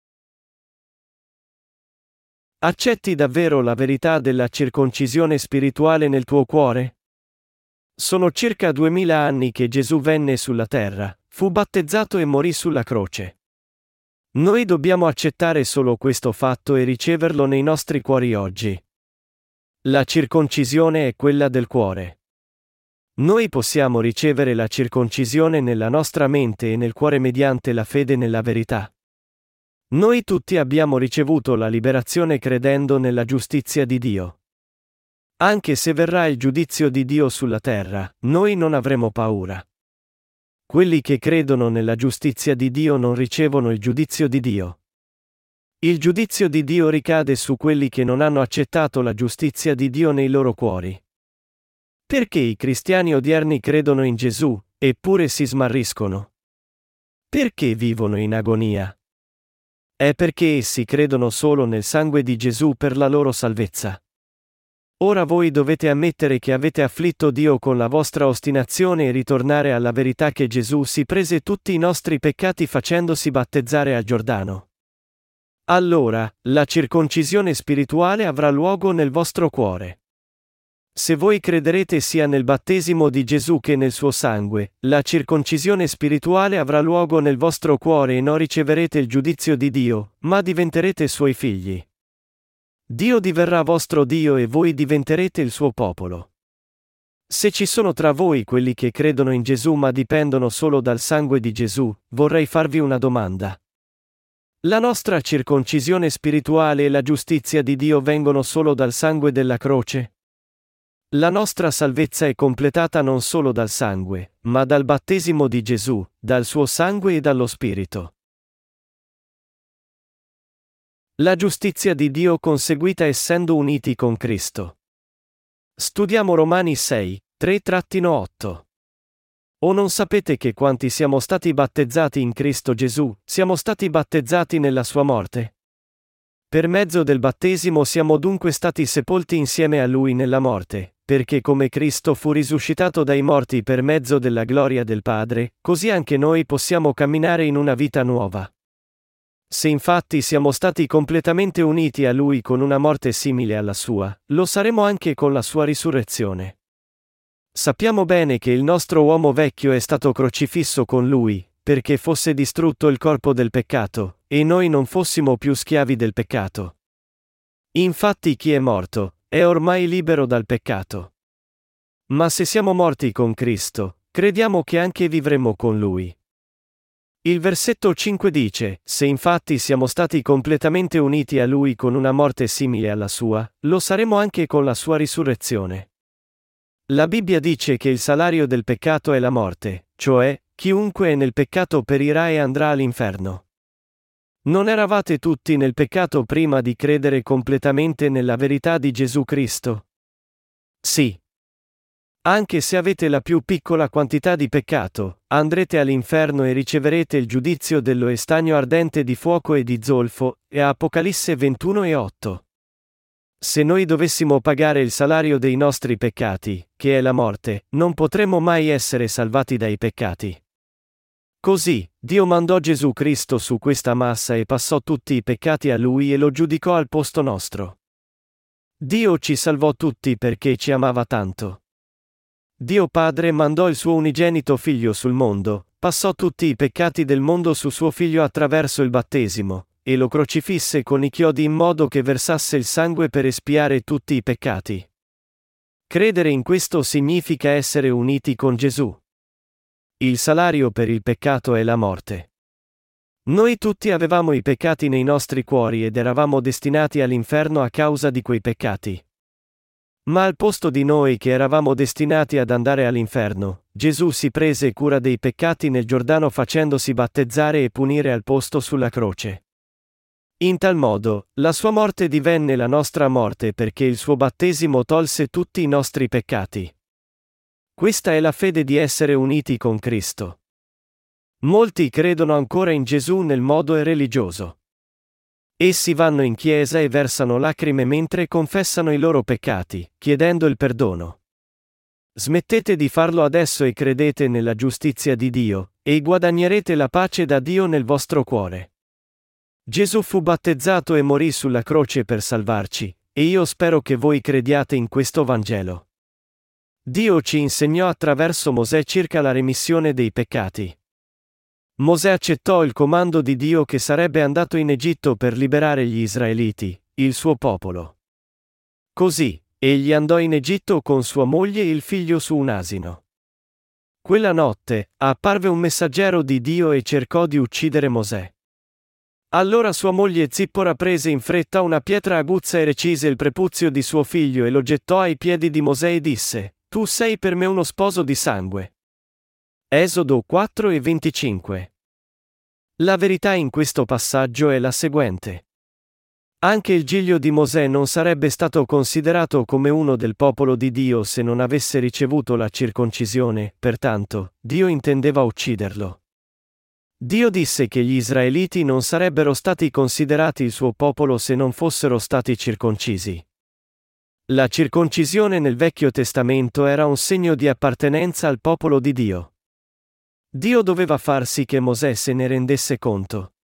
Accetti davvero la verità della circoncisione spirituale nel tuo cuore? Sono circa duemila anni che Gesù venne sulla terra, fu battezzato e morì sulla croce. Noi dobbiamo accettare solo questo fatto e riceverlo nei nostri cuori oggi. La circoncisione è quella del cuore. Noi possiamo ricevere la circoncisione nella nostra mente e nel cuore mediante la fede nella verità. Noi tutti abbiamo ricevuto la liberazione credendo nella giustizia di Dio. Anche se verrà il giudizio di Dio sulla terra, noi non avremo paura. Quelli che credono nella giustizia di Dio non ricevono il giudizio di Dio. Il giudizio di Dio ricade su quelli che non hanno accettato la giustizia di Dio nei loro cuori. Perché i cristiani odierni credono in Gesù, eppure si smarriscono? Perché vivono in agonia? È perché essi credono solo nel sangue di Gesù per la loro salvezza. Ora voi dovete ammettere che avete afflitto Dio con la vostra ostinazione e ritornare alla verità che Gesù si prese tutti i nostri peccati facendosi battezzare al Giordano. Allora, la circoncisione spirituale avrà luogo nel vostro cuore. Se voi crederete sia nel battesimo di Gesù che nel suo sangue, la circoncisione spirituale avrà luogo nel vostro cuore e non riceverete il giudizio di Dio, ma diventerete suoi figli. Dio diverrà vostro Dio e voi diventerete il suo popolo. Se ci sono tra voi quelli che credono in Gesù ma dipendono solo dal sangue di Gesù, vorrei farvi una domanda. La nostra circoncisione spirituale e la giustizia di Dio vengono solo dal sangue della croce? La nostra salvezza è completata non solo dal sangue, ma dal battesimo di Gesù, dal suo sangue e dallo Spirito. La giustizia di Dio conseguita essendo uniti con Cristo. Studiamo Romani sei, tre otto. O non sapete che quanti siamo stati battezzati in Cristo Gesù, siamo stati battezzati nella sua morte? Per mezzo del battesimo siamo dunque stati sepolti insieme a Lui nella morte, perché come Cristo fu risuscitato dai morti per mezzo della gloria del Padre, così anche noi possiamo camminare in una vita nuova. Se infatti siamo stati completamente uniti a Lui con una morte simile alla sua, lo saremo anche con la sua risurrezione. Sappiamo bene che il nostro uomo vecchio è stato crocifisso con Lui, perché fosse distrutto il corpo del peccato, e noi non fossimo più schiavi del peccato. Infatti chi è morto, è ormai libero dal peccato. Ma se siamo morti con Cristo, crediamo che anche vivremo con Lui. Il versetto cinque dice: se infatti siamo stati completamente uniti a Lui con una morte simile alla sua, lo saremo anche con la sua risurrezione. La Bibbia dice che il salario del peccato è la morte, cioè, chiunque è nel peccato perirà e andrà all'inferno. Non eravate tutti nel peccato prima di credere completamente nella verità di Gesù Cristo? Sì. Anche se avete la più piccola quantità di peccato, andrete all'inferno e riceverete il giudizio dello e stagno ardente di fuoco e di zolfo, e Apocalisse ventuno e otto. Se noi dovessimo pagare il salario dei nostri peccati, che è la morte, non potremmo mai essere salvati dai peccati. Così, Dio mandò Gesù Cristo su questa massa e passò tutti i peccati a Lui e lo giudicò al posto nostro. Dio ci salvò tutti perché ci amava tanto. Dio Padre mandò il suo unigenito Figlio sul mondo, passò tutti i peccati del mondo su suo Figlio attraverso il battesimo, e lo crocifisse con i chiodi in modo che versasse il sangue per espiare tutti i peccati. Credere in questo significa essere uniti con Gesù. Il salario per il peccato è la morte. Noi tutti avevamo i peccati nei nostri cuori ed eravamo destinati all'inferno a causa di quei peccati. Ma al posto di noi che eravamo destinati ad andare all'inferno, Gesù si prese cura dei peccati nel Giordano facendosi battezzare e punire al posto sulla croce. In tal modo, la sua morte divenne la nostra morte perché il suo battesimo tolse tutti i nostri peccati. Questa è la fede di essere uniti con Cristo. Molti credono ancora in Gesù nel modo religioso. Essi vanno in chiesa e versano lacrime mentre confessano i loro peccati, chiedendo il perdono. Smettete di farlo adesso e credete nella giustizia di Dio, e guadagnerete la pace da Dio nel vostro cuore. Gesù fu battezzato e morì sulla croce per salvarci, e io spero che voi crediate in questo Vangelo. Dio ci insegnò attraverso Mosè circa la remissione dei peccati. Mosè accettò il comando di Dio che sarebbe andato in Egitto per liberare gli Israeliti, il suo popolo. Così, egli andò in Egitto con sua moglie e il figlio su un asino. Quella notte, apparve un messaggero di Dio e cercò di uccidere Mosè. Allora sua moglie Zippora prese in fretta una pietra aguzza e recise il prepuzio di suo figlio e lo gettò ai piedi di Mosè e disse: Tu sei per me uno sposo di sangue. Esodo quattro e venticinque. La verità in questo passaggio è la seguente. Anche il giglio di Mosè non sarebbe stato considerato come uno del popolo di Dio se non avesse ricevuto la circoncisione, pertanto, Dio intendeva ucciderlo. Dio disse che gli Israeliti non sarebbero stati considerati il suo popolo se non fossero stati circoncisi. La circoncisione nel Vecchio Testamento era un segno di appartenenza al popolo di Dio. Dio doveva far sì che Mosè se ne rendesse conto.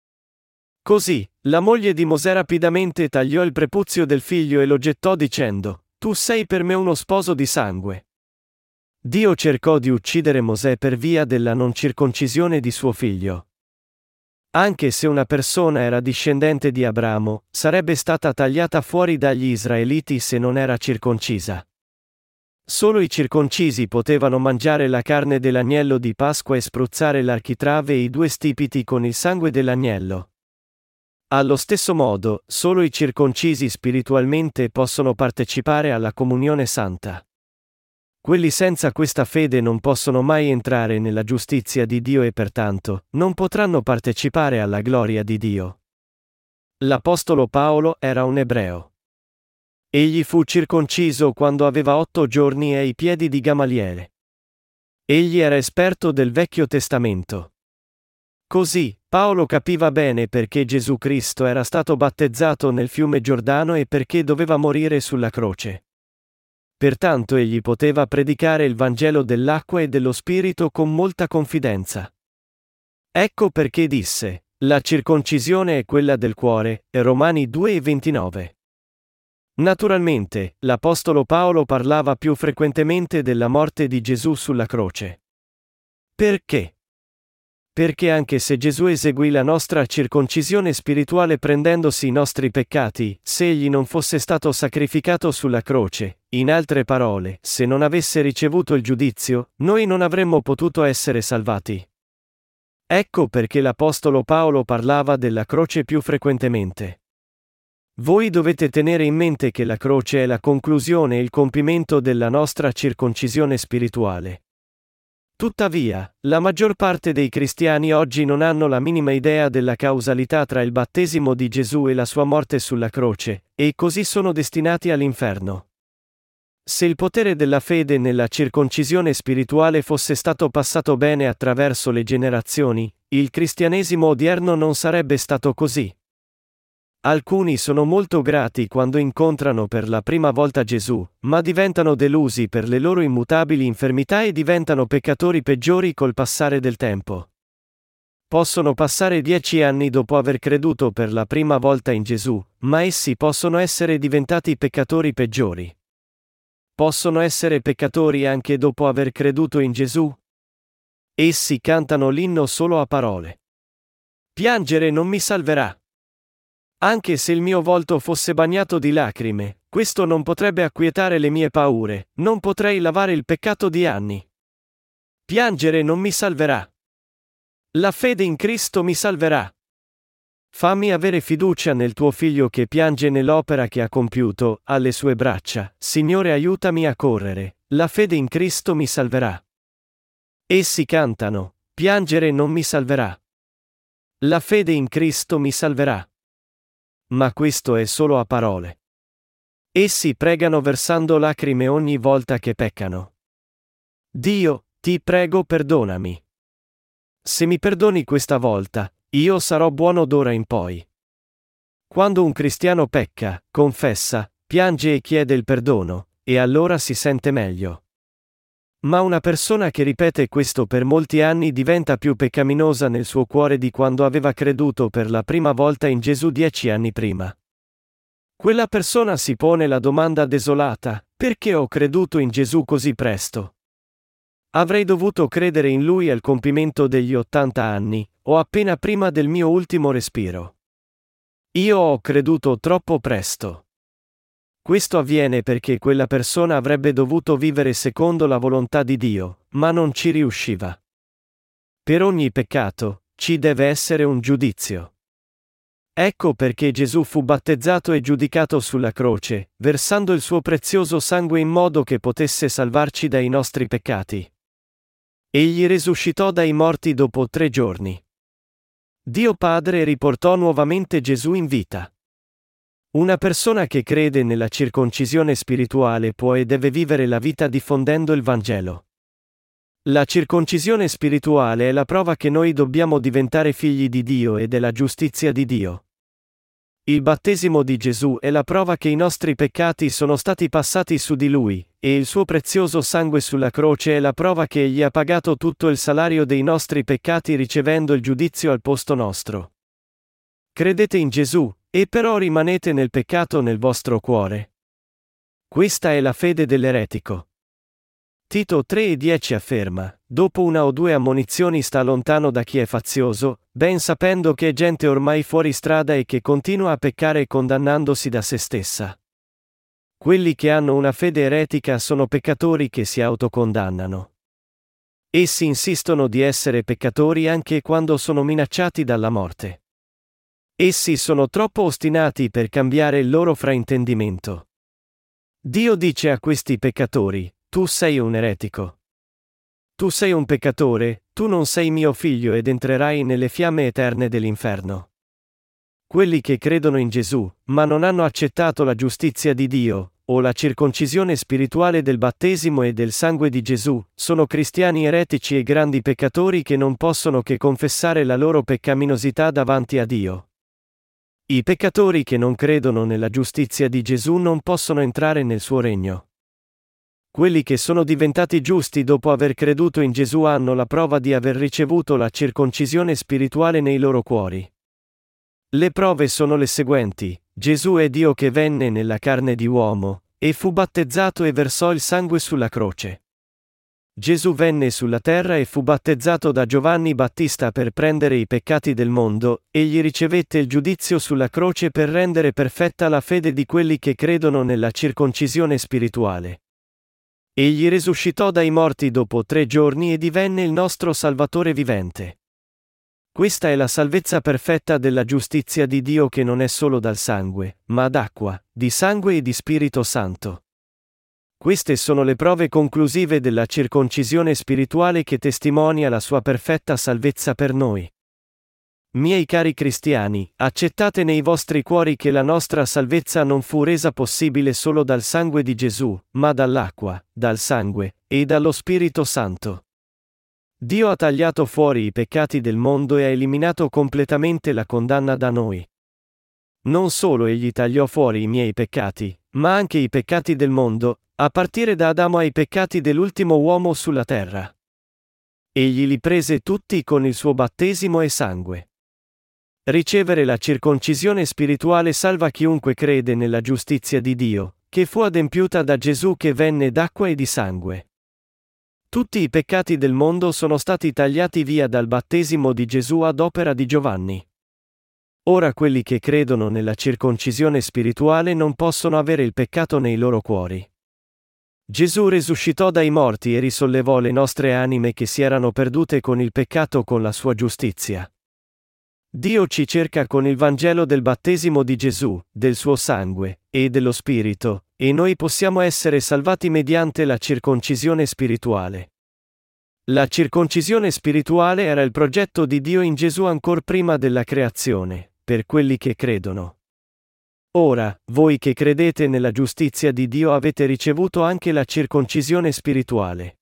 Così, la moglie di Mosè rapidamente tagliò il prepuzio del figlio e lo gettò dicendo: Tu sei per me uno sposo di sangue. Dio cercò di uccidere Mosè per via della non circoncisione di suo figlio. Anche se una persona era discendente di Abramo, sarebbe stata tagliata fuori dagli Israeliti se non era circoncisa. Solo i circoncisi potevano mangiare la carne dell'agnello di Pasqua e spruzzare l'architrave e i due stipiti con il sangue dell'agnello. Allo stesso modo, solo i circoncisi spiritualmente possono partecipare alla comunione santa. Quelli senza questa fede non possono mai entrare nella giustizia di Dio e pertanto, non potranno partecipare alla gloria di Dio. L'apostolo Paolo era un ebreo. Egli fu circonciso quando aveva otto giorni ai piedi di Gamaliele. Egli era esperto del Vecchio Testamento. Così, Paolo capiva bene perché Gesù Cristo era stato battezzato nel fiume Giordano e perché doveva morire sulla croce. Pertanto egli poteva predicare il Vangelo dell'acqua e dello Spirito con molta confidenza. Ecco perché disse: La circoncisione è quella del cuore, Romani due e ventinove. Naturalmente, l'apostolo Paolo parlava più frequentemente della morte di Gesù sulla croce. Perché? Perché anche se Gesù eseguì la nostra circoncisione spirituale prendendosi i nostri peccati, se egli non fosse stato sacrificato sulla croce, in altre parole, se non avesse ricevuto il giudizio, noi non avremmo potuto essere salvati. Ecco perché l'Apostolo Paolo parlava della croce più frequentemente. Voi dovete tenere in mente che la croce è la conclusione e il compimento della nostra circoncisione spirituale. Tuttavia, la maggior parte dei cristiani oggi non hanno la minima idea della causalità tra il battesimo di Gesù e la sua morte sulla croce, e così sono destinati all'inferno. Se il potere della fede nella circoncisione spirituale fosse stato passato bene attraverso le generazioni, il cristianesimo odierno non sarebbe stato così. Alcuni sono molto grati quando incontrano per la prima volta Gesù, ma diventano delusi per le loro immutabili infermità e diventano peccatori peggiori col passare del tempo. Possono passare dieci anni dopo aver creduto per la prima volta in Gesù, ma essi possono essere diventati peccatori peggiori. Possono essere peccatori anche dopo aver creduto in Gesù? Essi cantano l'inno solo a parole. Piangere non mi salverà. Anche se il mio volto fosse bagnato di lacrime, questo non potrebbe acquietare le mie paure, non potrei lavare il peccato di anni. Piangere non mi salverà. La fede in Cristo mi salverà. Fammi avere fiducia nel tuo Figlio che piange nell'opera che ha compiuto, alle sue braccia. Signore, aiutami a correre, la fede in Cristo mi salverà. Essi cantano, piangere non mi salverà. La fede in Cristo mi salverà. Ma questo è solo a parole. Essi pregano versando lacrime ogni volta che peccano. Dio, ti prego, perdonami. Se mi perdoni questa volta, io sarò buono d'ora in poi. Quando un cristiano pecca, confessa, piange e chiede il perdono, e allora si sente meglio. Ma una persona che ripete questo per molti anni diventa più peccaminosa nel suo cuore di quando aveva creduto per la prima volta in Gesù dieci anni prima. Quella persona si pone la domanda desolata: perché ho creduto in Gesù così presto? Avrei dovuto credere in Lui al compimento degli ottanta anni, o appena prima del mio ultimo respiro. Io ho creduto troppo presto. Questo avviene perché quella persona avrebbe dovuto vivere secondo la volontà di Dio, ma non ci riusciva. Per ogni peccato, ci deve essere un giudizio. Ecco perché Gesù fu battezzato e giudicato sulla croce, versando il suo prezioso sangue in modo che potesse salvarci dai nostri peccati. Egli risuscitò dai morti dopo tre giorni. Dio Padre riportò nuovamente Gesù in vita. Una persona che crede nella circoncisione spirituale può e deve vivere la vita diffondendo il Vangelo. La circoncisione spirituale è la prova che noi dobbiamo diventare figli di Dio e della giustizia di Dio. Il battesimo di Gesù è la prova che i nostri peccati sono stati passati su di Lui, e il suo prezioso sangue sulla croce è la prova che Egli ha pagato tutto il salario dei nostri peccati ricevendo il giudizio al posto nostro. Credete in Gesù, e però rimanete nel peccato nel vostro cuore? Questa è la fede dell'eretico. Tito tre e dieci afferma: dopo una o due ammonizioni sta lontano da chi è fazioso, ben sapendo che è gente ormai fuori strada e che continua a peccare condannandosi da se stessa. Quelli che hanno una fede eretica sono peccatori che si autocondannano. Essi insistono di essere peccatori anche quando sono minacciati dalla morte. Essi sono troppo ostinati per cambiare il loro fraintendimento. Dio dice a questi peccatori: tu sei un eretico. Tu sei un peccatore, tu non sei mio figlio ed entrerai nelle fiamme eterne dell'inferno. Quelli che credono in Gesù, ma non hanno accettato la giustizia di Dio, o la circoncisione spirituale del battesimo e del sangue di Gesù, sono cristiani eretici e grandi peccatori che non possono che confessare la loro peccaminosità davanti a Dio. I peccatori che non credono nella giustizia di Gesù non possono entrare nel suo regno. Quelli che sono diventati giusti dopo aver creduto in Gesù hanno la prova di aver ricevuto la circoncisione spirituale nei loro cuori. Le prove sono le seguenti: Gesù è Dio che venne nella carne di uomo, e fu battezzato e versò il sangue sulla croce. Gesù venne sulla terra e fu battezzato da Giovanni Battista per prendere i peccati del mondo, egli ricevette il giudizio sulla croce per rendere perfetta la fede di quelli che credono nella circoncisione spirituale. Egli risuscitò dai morti dopo tre giorni e divenne il nostro Salvatore vivente. Questa è la salvezza perfetta della giustizia di Dio che non è solo dal sangue, ma d'acqua, di sangue e di Spirito Santo. Queste sono le prove conclusive della circoncisione spirituale che testimonia la sua perfetta salvezza per noi. Miei cari cristiani, accettate nei vostri cuori che la nostra salvezza non fu resa possibile solo dal sangue di Gesù, ma dall'acqua, dal sangue, e dallo Spirito Santo. Dio ha tagliato fuori i peccati del mondo e ha eliminato completamente la condanna da noi. Non solo Egli tagliò fuori i miei peccati, ma anche i peccati del mondo, a partire da Adamo ai peccati dell'ultimo uomo sulla terra. Egli li prese tutti con il suo battesimo e sangue. Ricevere la circoncisione spirituale salva chiunque crede nella giustizia di Dio, che fu adempiuta da Gesù che venne d'acqua e di sangue. Tutti i peccati del mondo sono stati tagliati via dal battesimo di Gesù ad opera di Giovanni. Ora quelli che credono nella circoncisione spirituale non possono avere il peccato nei loro cuori. Gesù risuscitò dai morti e risollevò le nostre anime che si erano perdute con il peccato con la sua giustizia. Dio ci cerca con il Vangelo del battesimo di Gesù, del suo sangue, e dello Spirito, e noi possiamo essere salvati mediante la circoncisione spirituale. La circoncisione spirituale era il progetto di Dio in Gesù ancor prima della creazione, per quelli che credono. Ora, voi che credete nella giustizia di Dio avete ricevuto anche la circoncisione spirituale.